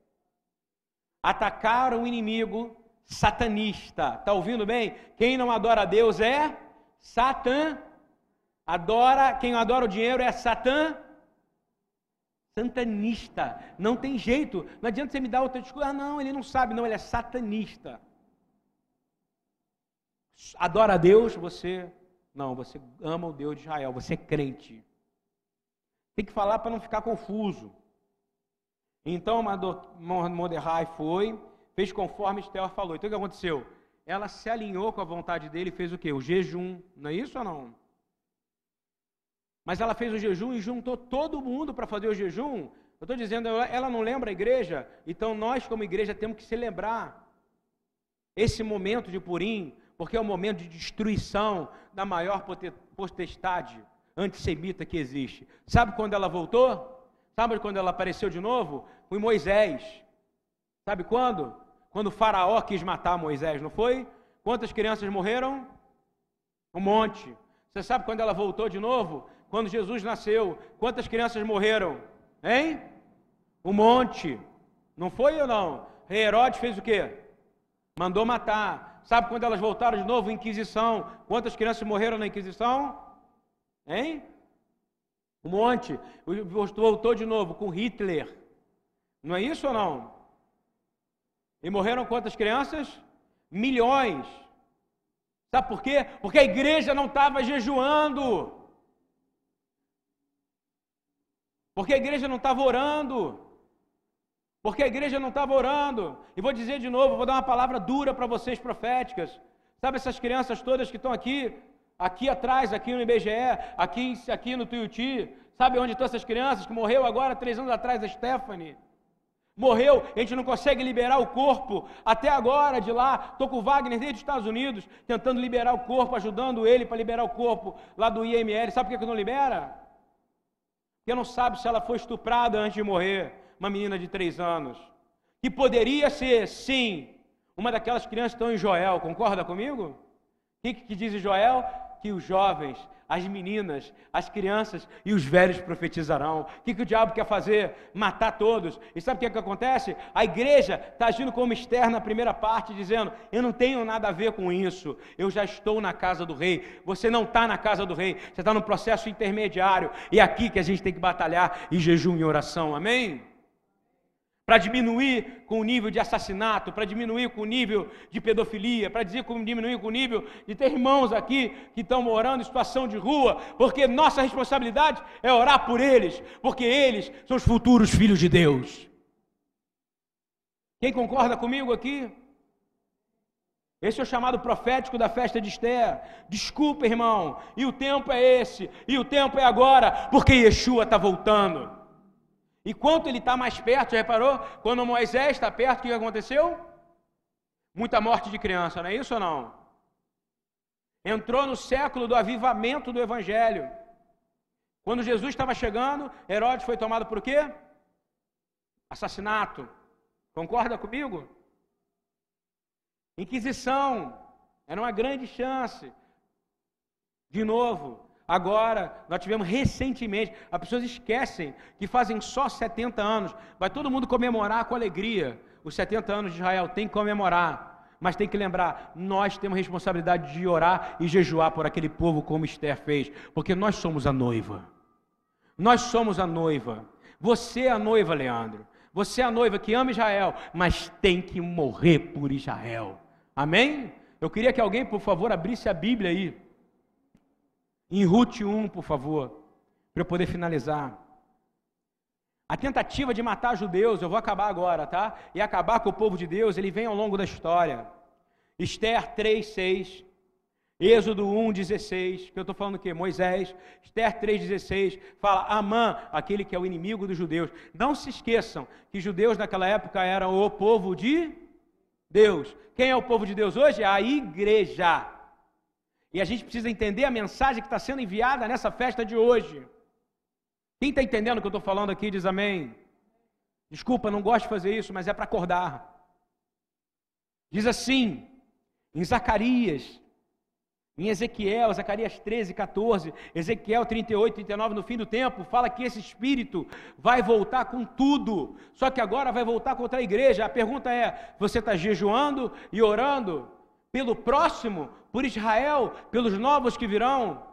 atacar o inimigo satanista. Está ouvindo bem? Quem não adora a Deus é Satã. Adora, quem adora o dinheiro é Satã, satanista. Não tem jeito. Não adianta você me dar outra desculpa. Ah, não, ele não sabe. Não, ele é satanista. Adora a Deus, você... Não, você ama o Deus de Israel. Você é crente. Tem que falar para não ficar confuso. Então, Mordecai foi, fez conforme Esther falou. Então, o que aconteceu? Ela se alinhou com a vontade dele e fez o quê? O jejum. Não é isso ou não? Mas ela fez o jejum e juntou todo mundo para fazer o jejum. Eu estou dizendo, ela não lembra a igreja, então nós como igreja temos que se lembrar esse momento de Purim, porque é o momento de destruição da maior potestade antissemita que existe. Sabe quando ela voltou? Sabe quando ela apareceu de novo? Foi Moisés. Sabe quando? Quando o faraó quis matar Moisés, não foi? Quantas crianças morreram? Um monte. Você sabe quando ela voltou de novo? Quando Jesus nasceu, quantas crianças morreram? Hein? Um monte. Não foi ou não? Rei Herodes fez o quê? Mandou matar. Sabe quando elas voltaram de novo? Inquisição. Quantas crianças morreram na Inquisição? Hein? Um monte. Voltou de novo com Hitler. Não é isso ou não? E morreram quantas crianças? Milhões. Sabe por quê? Porque a igreja não estava jejuando. Porque a igreja não estava orando. Porque a igreja não estava orando. E vou dizer de novo, vou dar uma palavra dura para vocês, proféticas. Sabe essas crianças todas que estão aqui, aqui atrás, aqui no I B G E, aqui, aqui no Tuiuti, sabe onde estão essas crianças que morreu agora, três anos atrás, a Stephanie? Morreu, a gente não consegue liberar o corpo, até agora de lá, estou com o Wagner desde os Estados Unidos, tentando liberar o corpo, ajudando ele para liberar o corpo lá do I M L, sabe por que não libera? Porque não sabe se ela foi estuprada antes de morrer, uma menina de três anos, que poderia ser, sim, uma daquelas crianças que estão em Joel, concorda comigo? O que, que diz Joel? Que os jovens, as meninas, as crianças e os velhos profetizarão. O que, que o diabo quer fazer? Matar todos. E sabe o que, que acontece? A igreja está agindo como Esther na primeira parte, dizendo, eu não tenho nada a ver com isso, eu já estou na casa do rei. Você não está na casa do rei, você está no processo intermediário, e é aqui que a gente tem que batalhar em jejum e oração, amém? Para diminuir com o nível de assassinato, para diminuir com o nível de pedofilia, para diminuir com o nível de ter irmãos aqui que estão morando em situação de rua, porque nossa responsabilidade é orar por eles, porque eles são os futuros filhos de Deus. Quem concorda comigo aqui? Esse é o chamado profético da festa de Esther. Desculpa, irmão, e o tempo é esse, e o tempo é agora, porque Yeshua está voltando. E quanto ele está mais perto, já reparou? Quando Moisés está perto, o que aconteceu? Muita morte de criança, não é isso ou não? Entrou no século do avivamento do Evangelho. Quando Jesus estava chegando, Herodes foi tomado por quê? Assassinato. Concorda comigo? Inquisição. Era uma grande chance. De novo. Agora, nós tivemos recentemente, as pessoas esquecem que fazem só setenta anos, vai todo mundo comemorar com alegria, os setenta anos de Israel, tem que comemorar, mas tem que lembrar, nós temos responsabilidade de orar e jejuar por aquele povo como Esther fez, porque nós somos a noiva, nós somos a noiva, você é a noiva, Leandro, você é a noiva que ama Israel, mas tem que morrer por Israel, amém? Eu queria que alguém, por favor, abrisse a Bíblia aí, em Rute um, por favor, para eu poder finalizar. A tentativa de matar judeus, eu vou acabar agora, tá? E acabar com o povo de Deus, ele vem ao longo da história. Esther três, seis, Êxodo um, dezesseis, que eu estou falando o quê? Moisés. Esther três, dezesseis, fala Amã, aquele que é o inimigo dos judeus. Não se esqueçam que judeus naquela época eram o povo de Deus. Quem é o povo de Deus hoje? A igreja. E a gente precisa entender a mensagem que está sendo enviada nessa festa de hoje. Quem está entendendo o que eu estou falando aqui, diz amém. Desculpa, não gosto de fazer isso, mas é para acordar. Diz assim, em Zacarias, em Ezequiel, Zacarias treze, catorze, Ezequiel trinta e oito, trinta e nove, no fim do tempo, fala que esse espírito vai voltar com tudo, só que agora vai voltar contra a igreja. A pergunta é, você está jejuando e orando pelo próximo, por Israel, pelos novos que virão?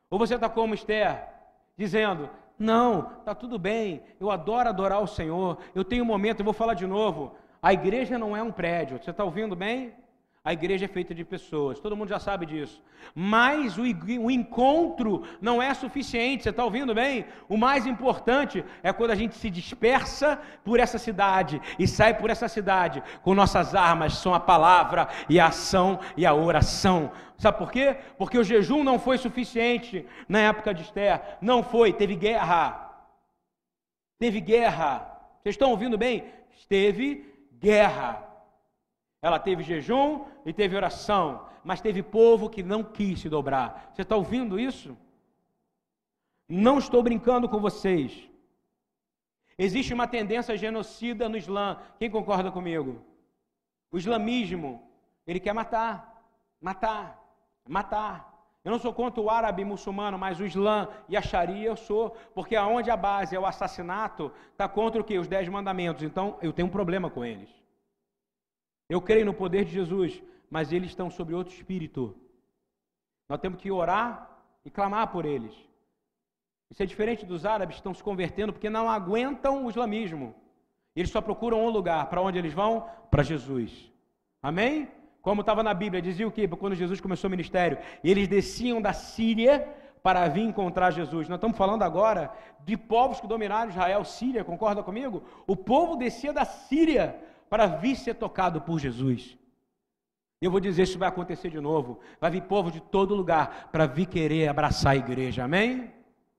Ou você está como Esther, dizendo, não, está tudo bem, eu adoro adorar o Senhor, eu tenho um momento, eu vou falar de novo, a igreja não é um prédio, você está ouvindo bem? A igreja é feita de pessoas, todo mundo já sabe disso. Mas o, o encontro não é suficiente, você está ouvindo bem? O mais importante é quando a gente se dispersa por essa cidade e sai por essa cidade com nossas armas, são a palavra e a ação e a oração. Sabe por quê? Porque o jejum não foi suficiente na época de Esther, não foi, teve guerra. Teve guerra. Vocês estão ouvindo bem? Teve guerra. Ela teve jejum e teve oração, mas teve povo que não quis se dobrar. Você está ouvindo isso? Não estou brincando com vocês. Existe uma tendência genocida no Islã. Quem concorda comigo? O islamismo, ele quer matar, matar, matar. Eu não sou contra o árabe muçulmano, mas o Islã e a Sharia eu sou, porque aonde a base é o assassinato, está contra o quê? Os dez mandamentos. Então, eu tenho um problema com eles. Eu creio no poder de Jesus, mas eles estão sobre outro espírito. Nós temos que orar e clamar por eles. Isso é diferente dos árabes que estão se convertendo porque não aguentam o islamismo. Eles só procuram um lugar. Para onde eles vão? Para Jesus. Amém? Como estava na Bíblia, dizia o quê? Quando Jesus começou o ministério, eles desciam da Síria para vir encontrar Jesus. Nós estamos falando agora de povos que dominaram Israel, Síria, concorda comigo? O povo descia da Síria para vir ser tocado por Jesus. Eu vou dizer, isso vai acontecer de novo. Vai vir povo de todo lugar para vir querer abraçar a igreja, amém?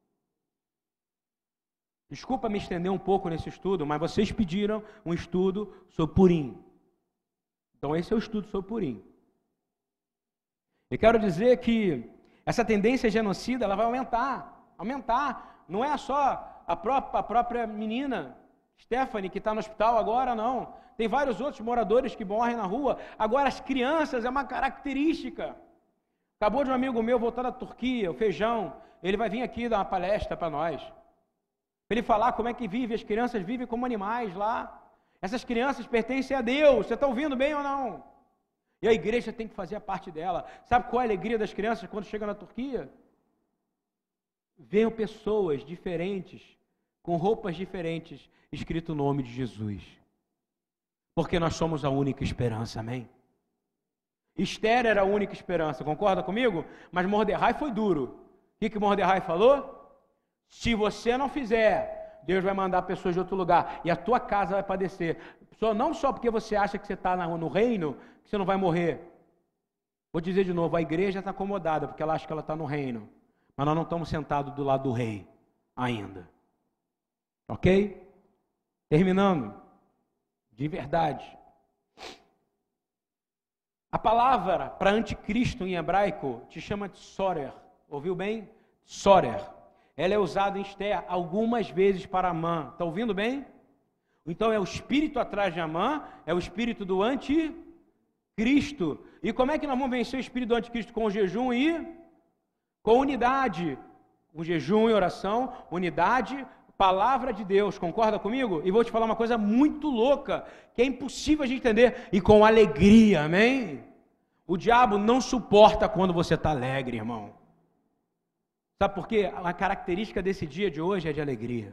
Desculpa me estender um pouco nesse estudo, mas vocês pediram um estudo sobre Purim. Então esse é o estudo sobre Purim. Eu quero dizer que essa tendência genocida, ela vai aumentar, aumentar. Não é só a própria, a própria menina Stephanie que está no hospital agora, não. Tem vários outros moradores que morrem na rua. Agora, as crianças é uma característica. Acabou de um amigo meu voltar da Turquia, o Feijão. Ele vai vir aqui dar uma palestra para nós. Para ele falar como é que vive, as crianças vivem como animais lá. Essas crianças pertencem a Deus. Você está ouvindo bem ou não? E a igreja tem que fazer a parte dela. Sabe qual é a alegria das crianças quando chegam na Turquia? Venham pessoas diferentes, com roupas diferentes, escrito o nome de Jesus. Porque nós somos a única esperança, amém? Esther era a única esperança, concorda comigo? Mas Mordecai foi duro. O que que Mordecai falou? Se você não fizer, Deus vai mandar pessoas de outro lugar e a tua casa vai padecer. Só, não só porque você acha que você está no reino, que você não vai morrer. Vou dizer de novo, a igreja está acomodada porque ela acha que ela está no reino. Mas nós não estamos sentados do lado do rei ainda. Ok? Terminando. De verdade. A palavra para anticristo em hebraico te chama de Sorer. Ouviu bem? Sorer. Ela é usada em Esther algumas vezes para Amã. Está ouvindo bem? Então é o espírito atrás de Amã, é o espírito do anticristo. E como é que nós vamos vencer o espírito do anticristo? Com o jejum e com unidade. Com jejum e oração, unidade, palavra de Deus, concorda comigo? E vou te falar uma coisa muito louca, que é impossível a gente entender, e com alegria, amém? O diabo não suporta quando você está alegre, irmão. Sabe por quê? A característica desse dia de hoje é de alegria.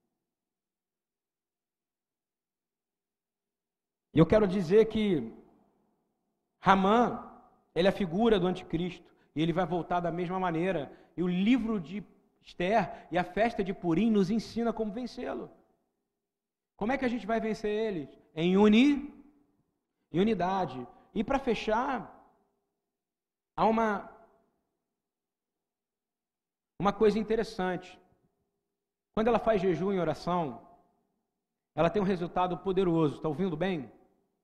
E eu quero dizer que Ramã, ele é a figura do anticristo, e ele vai voltar da mesma maneira, e o livro de Esther e a festa de Purim nos ensina como vencê-lo. Como é que a gente vai vencer eles? Em, uni, em unidade. E para fechar, há uma, uma coisa interessante. Quando ela faz jejum e oração, ela tem um resultado poderoso. Está ouvindo bem?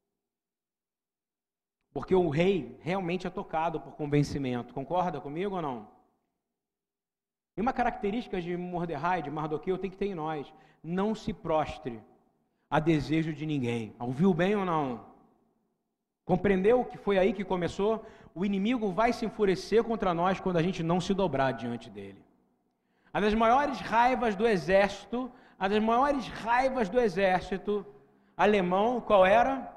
Porque o rei realmente é tocado por convencimento. Concorda comigo ou não? E uma característica de Mordecai, de Mardoqueu, tem que ter em nós. Não se prostre a desejo de ninguém. Ouviu bem ou não? Compreendeu que foi aí que começou? O inimigo vai se enfurecer contra nós quando a gente não se dobrar diante dele. Uma das maiores raivas do exército, uma das maiores raivas do exército alemão, qual era?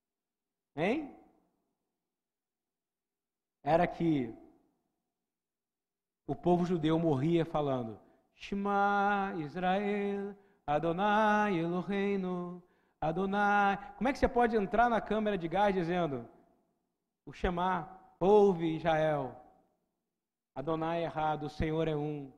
Hein? Era que o povo judeu morria falando: Shema Israel, Adonai Eloheinu, Adonai. Como é que você pode entrar na câmara de gás dizendo o Shema, ouve Israel, Adonai é errado, o Senhor é um,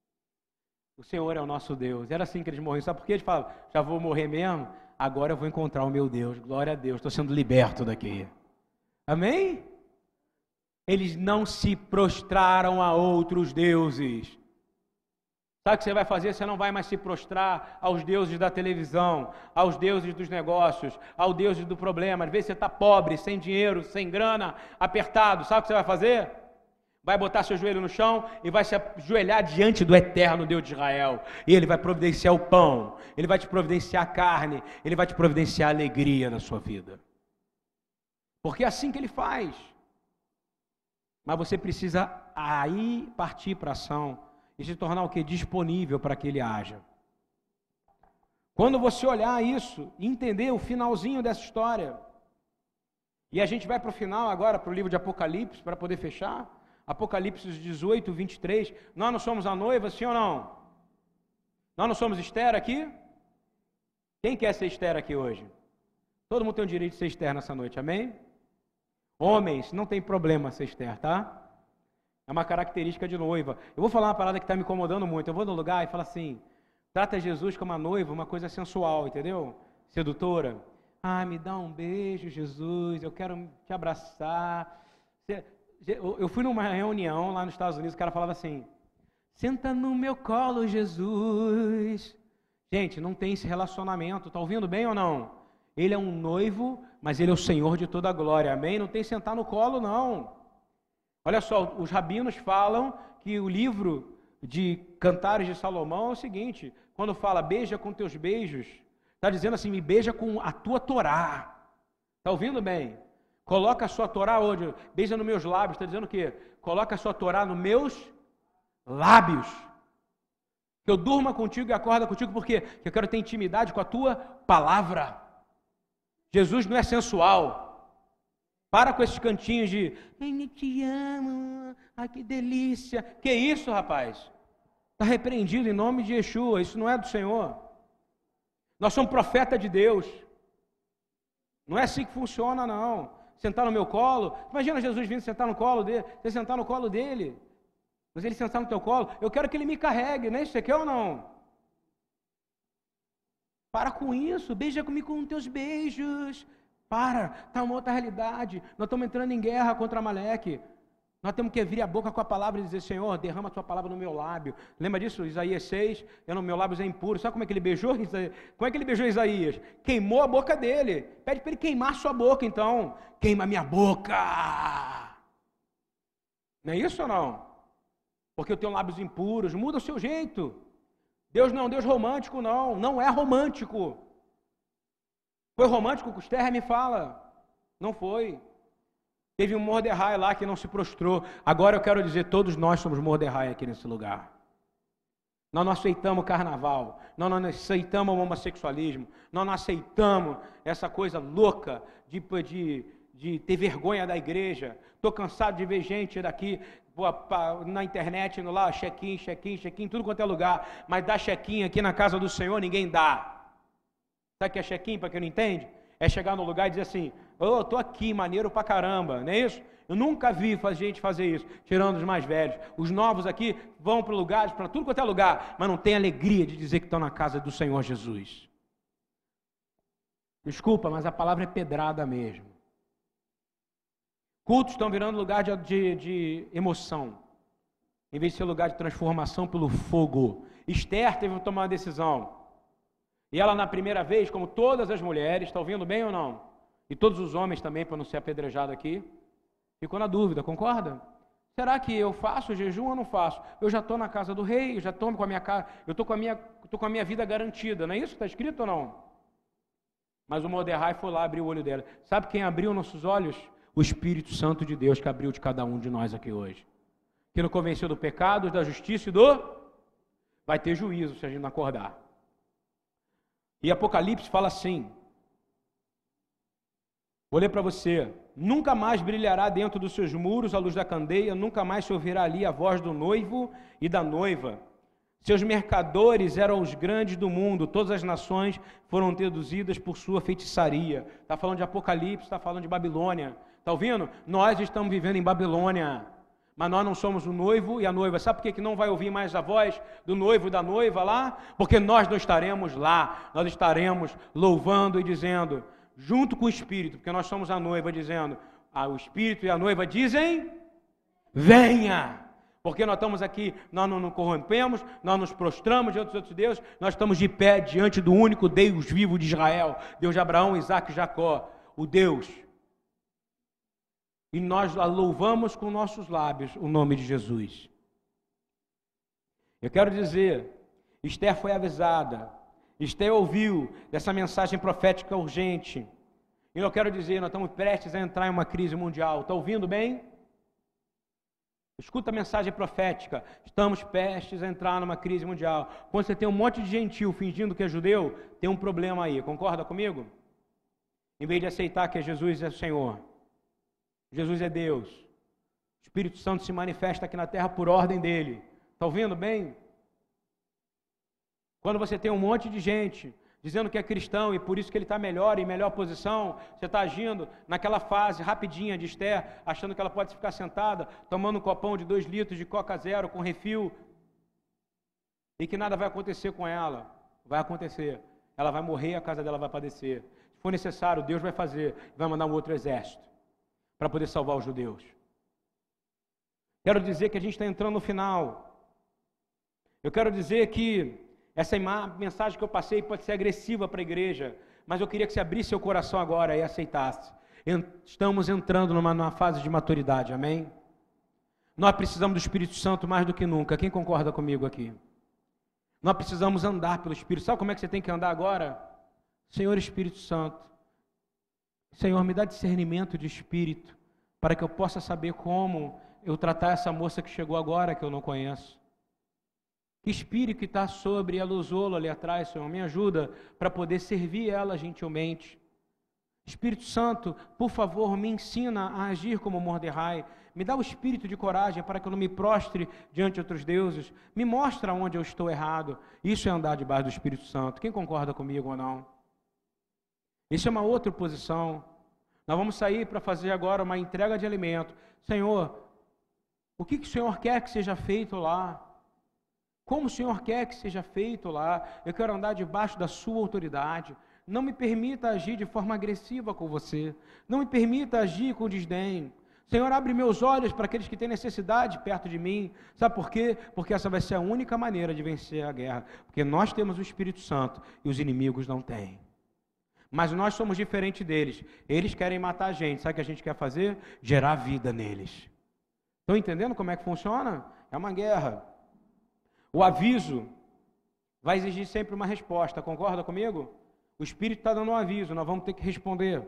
o Senhor é o nosso Deus? Era assim que eles morriam. Sabe por quê? Eles falavam: já vou morrer mesmo, agora eu vou encontrar o meu Deus, glória a Deus, estou sendo liberto daqui. Amém? Eles não se prostraram a outros deuses. Sabe o que você vai fazer? Você não vai mais se prostrar aos deuses da televisão, aos deuses dos negócios, aos deuses do problema. Às vezes você está pobre, sem dinheiro, sem grana, apertado. Sabe o que você vai fazer? Vai botar seu joelho no chão e vai se ajoelhar diante do eterno Deus de Israel. E Ele vai providenciar o pão, Ele vai te providenciar a carne, Ele vai te providenciar a alegria na sua vida. Porque é assim que Ele faz. Mas você precisa aí partir para a ação e se tornar o que? Disponível para que Ele haja. Quando você olhar isso e entender o finalzinho dessa história, e a gente vai para o final agora, para o livro de Apocalipse, para poder fechar, Apocalipse dezoito, vinte e três, nós não somos a noiva, sim ou não? Nós não somos Esther aqui? Quem quer ser Esther aqui hoje? Todo mundo tem o direito de ser Esther nessa noite, amém? Homens, não tem problema ser Esther, tá? É uma característica de noiva. Eu vou falar uma parada que está me incomodando muito. Eu vou no lugar e falo assim: trata Jesus como uma noiva, uma coisa sensual, entendeu? Sedutora. Ah, me dá um beijo, Jesus, eu quero te abraçar. Eu fui numa reunião lá nos Estados Unidos, o cara falava assim: senta no meu colo, Jesus. Gente, não tem esse relacionamento, tá ouvindo bem ou não? Ele é um noivo, mas Ele é o Senhor de toda a glória, amém? Não tem sentar no colo, não. Olha só, os rabinos falam que o livro de Cantares de Salomão é o seguinte: quando fala beija com teus beijos, está dizendo assim, me beija com a tua Torá. Está ouvindo bem? Coloca a sua Torá onde? Beija nos meus lábios, está dizendo o quê? Coloca a sua Torá nos meus lábios. Que eu durma contigo e acorda contigo, por quê? Porque eu quero ter intimidade com a tua palavra. Jesus não é sensual. Para com esses cantinhos de ai, eu te amo, ai que delícia. Que isso, rapaz? Está repreendido em nome de Yeshua, isso não é do Senhor. Nós somos profeta de Deus. Não é assim que funciona, não. Sentar no meu colo, imagina Jesus vindo sentar no colo dele, você sentar no colo dele, mas ele sentar no teu colo, eu quero que ele me carregue, não é isso que você quer ou não? Para com isso, beija comigo com teus beijos. Para, está uma outra realidade. Nós estamos entrando em guerra contra Amaleque. Nós temos que abrir a boca com a palavra e dizer: Senhor, derrama a tua palavra no meu lábio. Lembra disso? Isaías seis, eu no meu lábio é impuro. Sabe como é que ele beijou? Como é que ele beijou Isaías? Queimou a boca dele. Pede para ele queimar a sua boca, então. Queima a minha boca. Não é isso ou não? Porque eu tenho lábios impuros. Muda o seu jeito. Deus não é um Deus romântico, não. Não é romântico. Foi romântico que o Esther me fala? Não foi. Teve um Mordecai lá que não se prostrou. Agora eu quero dizer, todos nós somos Mordecai aqui nesse lugar. Nós não aceitamos carnaval. Nós não aceitamos o homossexualismo. Nós não aceitamos essa coisa louca de, de, de ter vergonha da igreja. Estou cansado de ver gente daqui na internet, indo lá, check-in, check-in, check-in, tudo quanto é lugar. Mas dar check-in aqui na casa do Senhor, ninguém dá. Sabe o que é check-in, para quem não entende? É chegar no lugar e dizer assim: ô, oh, eu estou aqui, maneiro pra caramba, não é isso? Eu nunca vi gente fazer isso, tirando os mais velhos. Os novos aqui vão para lugares, para tudo quanto é lugar, mas não tem alegria de dizer que estão na casa do Senhor Jesus. Desculpa, mas a palavra é pedrada mesmo. Cultos estão virando lugar de, de, de emoção, em vez de ser lugar de transformação pelo fogo. Esther teve que tomar uma decisão. E ela, na primeira vez, como todas as mulheres, está ouvindo bem ou não? E todos os homens também, para não ser apedrejado aqui, ficou na dúvida, concorda? Será que eu faço jejum ou não faço? Eu já estou na casa do rei, eu já estou com a minha casa, eu estou com a minha, estou com a minha vida garantida, não é isso? Está escrito ou não? Mas o Mordecai foi lá abrir o olho dela. Sabe quem abriu nossos olhos? O Espírito Santo de Deus que abriu de cada um de nós aqui hoje. Que nos convenceu do pecado, da justiça e do... Vai ter juízo se a gente não acordar. E Apocalipse fala assim: Vou ler para você. Nunca mais brilhará dentro dos seus muros a luz da candeia, nunca mais se ouvirá ali a voz do noivo e da noiva. Seus mercadores eram os grandes do mundo, todas as nações foram seduzidas por sua feitiçaria. Está falando de Apocalipse, está falando de Babilônia. Está ouvindo? Nós estamos vivendo em Babilônia, mas nós não somos o noivo e a noiva. Sabe por que que não vai ouvir mais a voz do noivo e da noiva lá? Porque nós não estaremos lá, nós estaremos louvando e dizendo, junto com o Espírito, porque nós somos a noiva, dizendo, ah, o Espírito e a noiva dizem, venha! Porque nós estamos aqui, nós não nos corrompemos, nós nos prostramos diante dos outros deuses, nós estamos de pé diante do único Deus vivo de Israel, Deus de Abraão, Isaque e Jacó, o Deus. E nós louvamos com nossos lábios o nome de Jesus. Eu quero dizer, Esther foi avisada, Esther ouviu dessa mensagem profética urgente. E eu quero dizer, nós estamos prestes a entrar em uma crise mundial. Está ouvindo bem? Escuta a mensagem profética. Estamos prestes a entrar numa crise mundial. Quando você tem um monte de gentil fingindo que é judeu, tem um problema aí. Concorda comigo? Em vez de aceitar que Jesus é o Senhor, Jesus é Deus, o Espírito Santo se manifesta aqui na terra por ordem dele. Está ouvindo bem? Quando você tem um monte de gente dizendo que é cristão e por isso que ele está melhor, em melhor posição, você está agindo naquela fase rapidinha de Esther, achando que ela pode ficar sentada, tomando um copão de dois litros de Coca Zero com refil, e que nada vai acontecer com ela. Vai acontecer. Ela vai morrer, a casa dela vai padecer. Se for necessário, Deus vai fazer, vai mandar um outro exército para poder salvar os judeus. Quero dizer que a gente está entrando no final. Eu quero dizer que essa mensagem que eu passei pode ser agressiva para a igreja, mas eu queria que você abrisse seu coração agora e aceitasse. Estamos entrando numa, numa fase de maturidade, amém? Nós precisamos do Espírito Santo mais do que nunca. Quem concorda comigo aqui? Nós precisamos andar pelo Espírito. Sabe como é que você tem que andar agora? Senhor Espírito Santo, Senhor, me dá discernimento de espírito, para que eu possa saber como eu tratar essa moça que chegou agora, que eu não conheço. Que espírito que está sobre a luzolo ali atrás, Senhor, me ajuda para poder servir ela gentilmente. Espírito Santo, por favor, me ensina a agir como Mordecai. Me dá o espírito de coragem para que eu não me prostre diante de outros deuses. Me mostra onde eu estou errado. Isso é andar debaixo do Espírito Santo. Quem concorda comigo ou não? Isso é uma outra posição. Nós vamos sair para fazer agora uma entrega de alimento. Senhor, o que, que o Senhor quer que seja feito lá? Como o Senhor quer que seja feito lá? Eu quero andar debaixo da sua autoridade. Não me permita agir de forma agressiva com você. Não me permita agir com desdém. Senhor, abre meus olhos para aqueles que têm necessidade perto de mim. Sabe por quê? Porque essa vai ser a única maneira de vencer a guerra. Porque nós temos o Espírito Santo e os inimigos não têm. Mas nós somos diferentes deles. Eles querem matar a gente. Sabe o que a gente quer fazer? Gerar vida neles. Estão entendendo como é que funciona? É uma guerra. O aviso vai exigir sempre uma resposta. Concorda comigo? O Espírito está dando um aviso. Nós vamos ter que responder.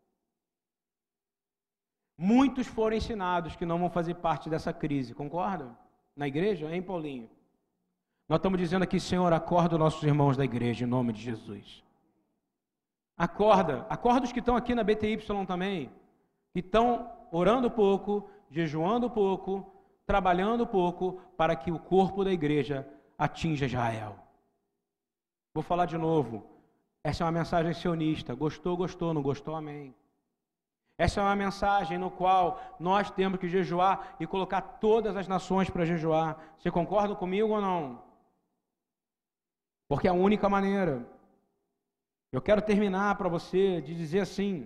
Muitos foram ensinados que não vão fazer parte dessa crise. Concorda? Na igreja? Hein, Paulinho? Nós estamos dizendo aqui, Senhor, acorda os nossos irmãos da igreja, em nome de Jesus. Acorda, acorda os que estão aqui na B T Y também, que estão orando pouco, jejuando pouco, trabalhando pouco, para que o corpo da igreja atinja Israel. Vou falar de novo, essa é uma mensagem sionista, gostou, gostou, não gostou, amém. Essa é uma mensagem no qual nós temos que jejuar e colocar todas as nações para jejuar. Você concorda comigo ou não? Porque é a única maneira. Eu quero terminar para você de dizer assim,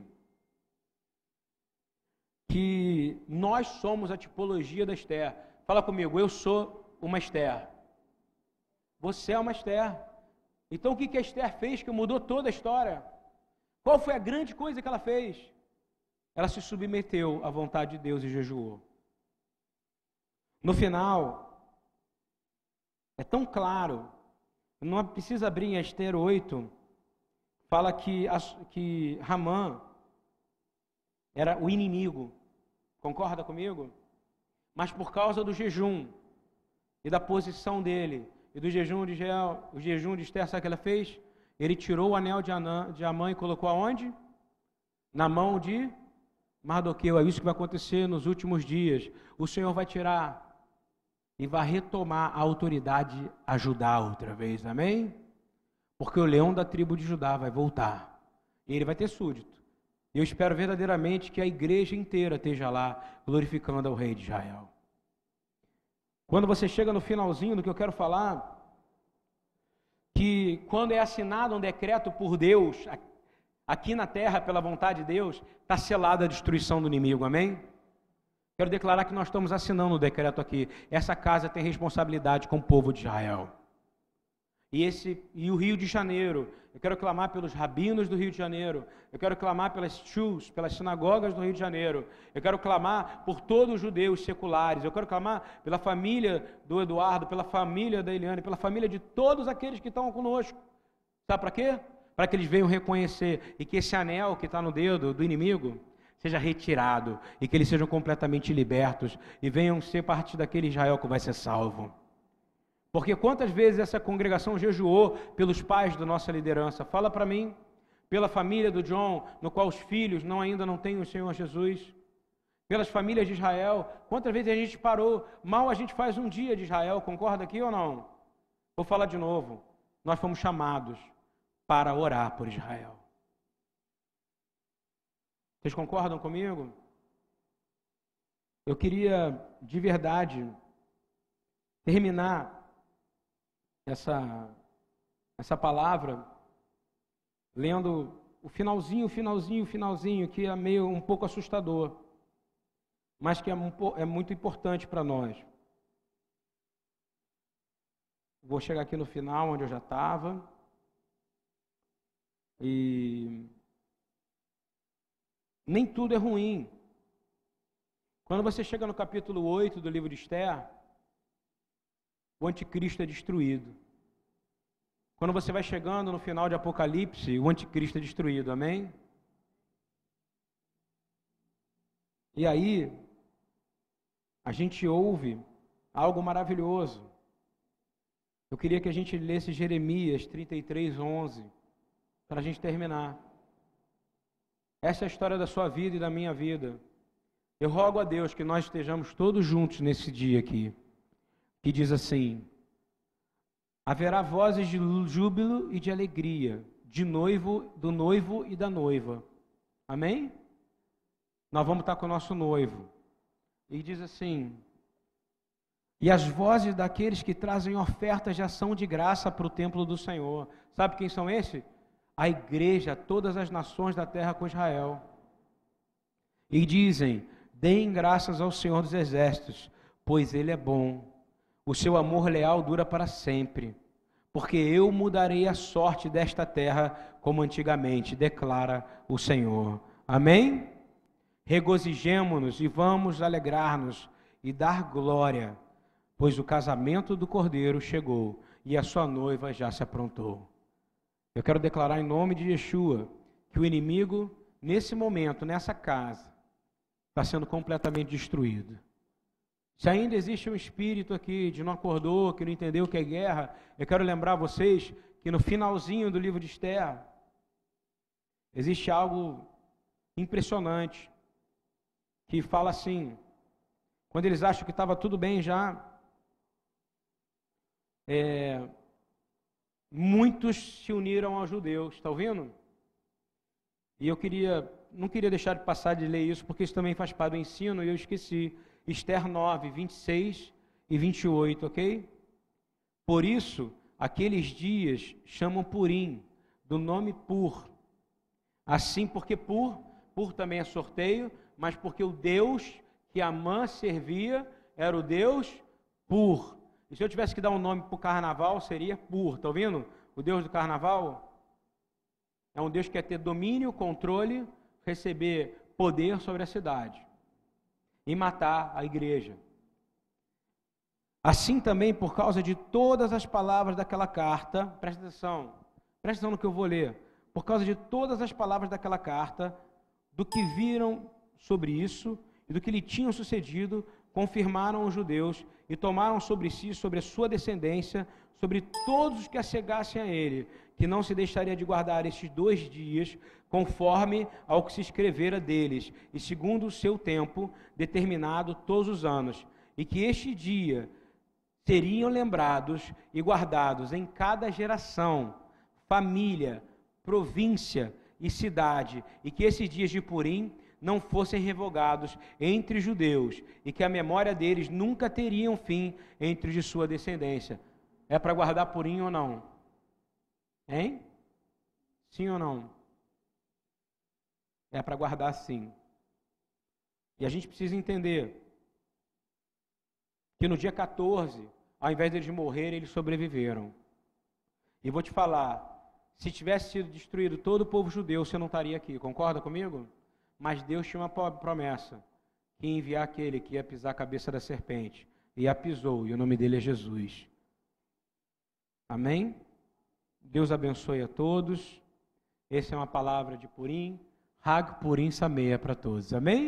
que nós somos a tipologia da Esther. Fala comigo, eu sou uma Esther. Você é uma Esther. Então o que a Esther fez que mudou toda a história? Qual foi a grande coisa que ela fez? Ela se submeteu à vontade de Deus e jejuou. No final, é tão claro, não precisa abrir em Esther oito, fala que, que Ramã era o inimigo. Concorda comigo? Mas por causa do jejum e da posição dele, e do jejum de Israel, o jejum de Esther, sabe o que ela fez? Ele tirou o anel de, Anã, de Amã e colocou aonde? na mão de Mardoqueu. É isso que vai acontecer nos últimos dias. O Senhor vai tirar e vai retomar a autoridade a Judá outra vez, amém? Porque o leão da tribo de Judá vai voltar, e ele vai ter súdito. Eu espero verdadeiramente que a igreja inteira esteja lá, glorificando ao rei de Israel. Quando você chega no finalzinho do que eu quero falar, que quando é assinado um decreto por Deus, aqui na terra, pela vontade de Deus, está selada a destruição do inimigo, amém? Quero declarar que nós estamos assinando o decreto aqui. Essa casa tem responsabilidade com o povo de Israel. E, esse, e o Rio de Janeiro, eu quero clamar pelos rabinos do Rio de Janeiro, eu quero clamar pelas shus, pelas sinagogas do Rio de Janeiro, eu quero clamar por todos os judeus seculares, eu quero clamar pela família do Eduardo, pela família da Eliane, pela família de todos aqueles que estão conosco. Sabe para quê? Para que eles venham reconhecer e que esse anel que está no dedo do inimigo seja retirado e que eles sejam completamente libertos e venham ser parte daquele Israel que vai ser salvo. Porque quantas vezes essa congregação jejuou pelos pais da nossa liderança? Fala para mim, pela família do John, no qual os filhos não, ainda não têm o Senhor Jesus, pelas famílias de Israel. Quantas vezes a gente parou? Mal a gente faz um dia de Israel, concorda aqui ou não? Vou falar de novo. Nós fomos chamados para orar por Israel. Vocês concordam comigo? Eu queria, de verdade, terminar essa, essa palavra lendo o finalzinho, finalzinho, finalzinho, que é meio um pouco assustador, mas que é, um, é muito importante para nós. Vou chegar aqui no final, onde eu já estava, e nem tudo é ruim. Quando você chega no capítulo oito do livro de Esther, o anticristo é destruído. Quando você vai chegando no final de Apocalipse, o anticristo é destruído, amém? E aí, a gente ouve algo maravilhoso. Eu queria que a gente lesse Jeremias trinta e três, onze, para a gente terminar. Essa é a história da sua vida e da minha vida. Eu rogo a Deus que nós estejamos todos juntos nesse dia aqui, que diz assim: haverá vozes de júbilo e de alegria, de noivo, do noivo e da noiva. Amém? Nós vamos estar com o nosso noivo. E diz assim: e as vozes daqueles que trazem ofertas de ação de graça para o templo do Senhor. Sabe quem são esses? A igreja, todas as nações da terra com Israel. E dizem: deem graças ao Senhor dos Exércitos, pois Ele é bom. O seu amor leal dura para sempre. Porque eu mudarei a sorte desta terra como antigamente, declara o Senhor. Amém? Regozijemo-nos e vamos alegrar-nos e dar glória, pois o casamento do Cordeiro chegou e a sua noiva já se aprontou. Eu quero declarar em nome de Yeshua que o inimigo, nesse momento, nessa casa, está sendo completamente destruído. Se ainda existe um espírito aqui de não acordou, que não entendeu o que é guerra, eu quero lembrar vocês que no finalzinho do livro de Esther, existe algo impressionante, que fala assim, quando eles acham que estava tudo bem já, é, muitos se uniram aos judeus, está ouvindo? E eu queria, não queria deixar de passar de ler isso, porque isso também faz parte do ensino, e eu esqueci. Esther nove, vinte e seis e vinte e oito, ok? Por isso, aqueles dias chamam Purim, do nome Pur. Assim, porque Pur, Pur também é sorteio, mas porque o Deus que Amã servia era o Deus Pur. E se eu tivesse que dar um nome para o carnaval, seria Pur, está ouvindo? O Deus do carnaval é um Deus que quer ter domínio, controle, receber poder sobre a cidade e matar a igreja. Assim também, por causa de todas as palavras daquela carta, presta atenção, presta atenção no que eu vou ler, por causa de todas as palavras daquela carta, do que viram sobre isso e do que lhe tinham sucedido confirmaram os judeus e tomaram sobre si, sobre a sua descendência, sobre todos os que achegassem a ele, que não se deixaria de guardar estes dois dias, conforme ao que se escrevera deles, e segundo o seu tempo determinado todos os anos, e que este dia seriam lembrados e guardados em cada geração, família, província e cidade, e que esses dias de Purim não fossem revogados entre os judeus, e que a memória deles nunca teriam fim entre os de sua descendência. É para guardar Purim ou não? Hein? Sim ou não? É para guardar sim. E a gente precisa entender que no dia quatorze, ao invés deles morrerem, eles sobreviveram. E vou te falar, se tivesse sido destruído todo o povo judeu, você não estaria aqui, concorda comigo? Mas Deus tinha uma promessa, que ia enviar aquele que ia pisar a cabeça da serpente, e a pisou, e o nome dele é Jesus. Amém? Deus abençoe a todos. Essa é uma palavra de Purim, Hag Purim Sameia para todos. Amém?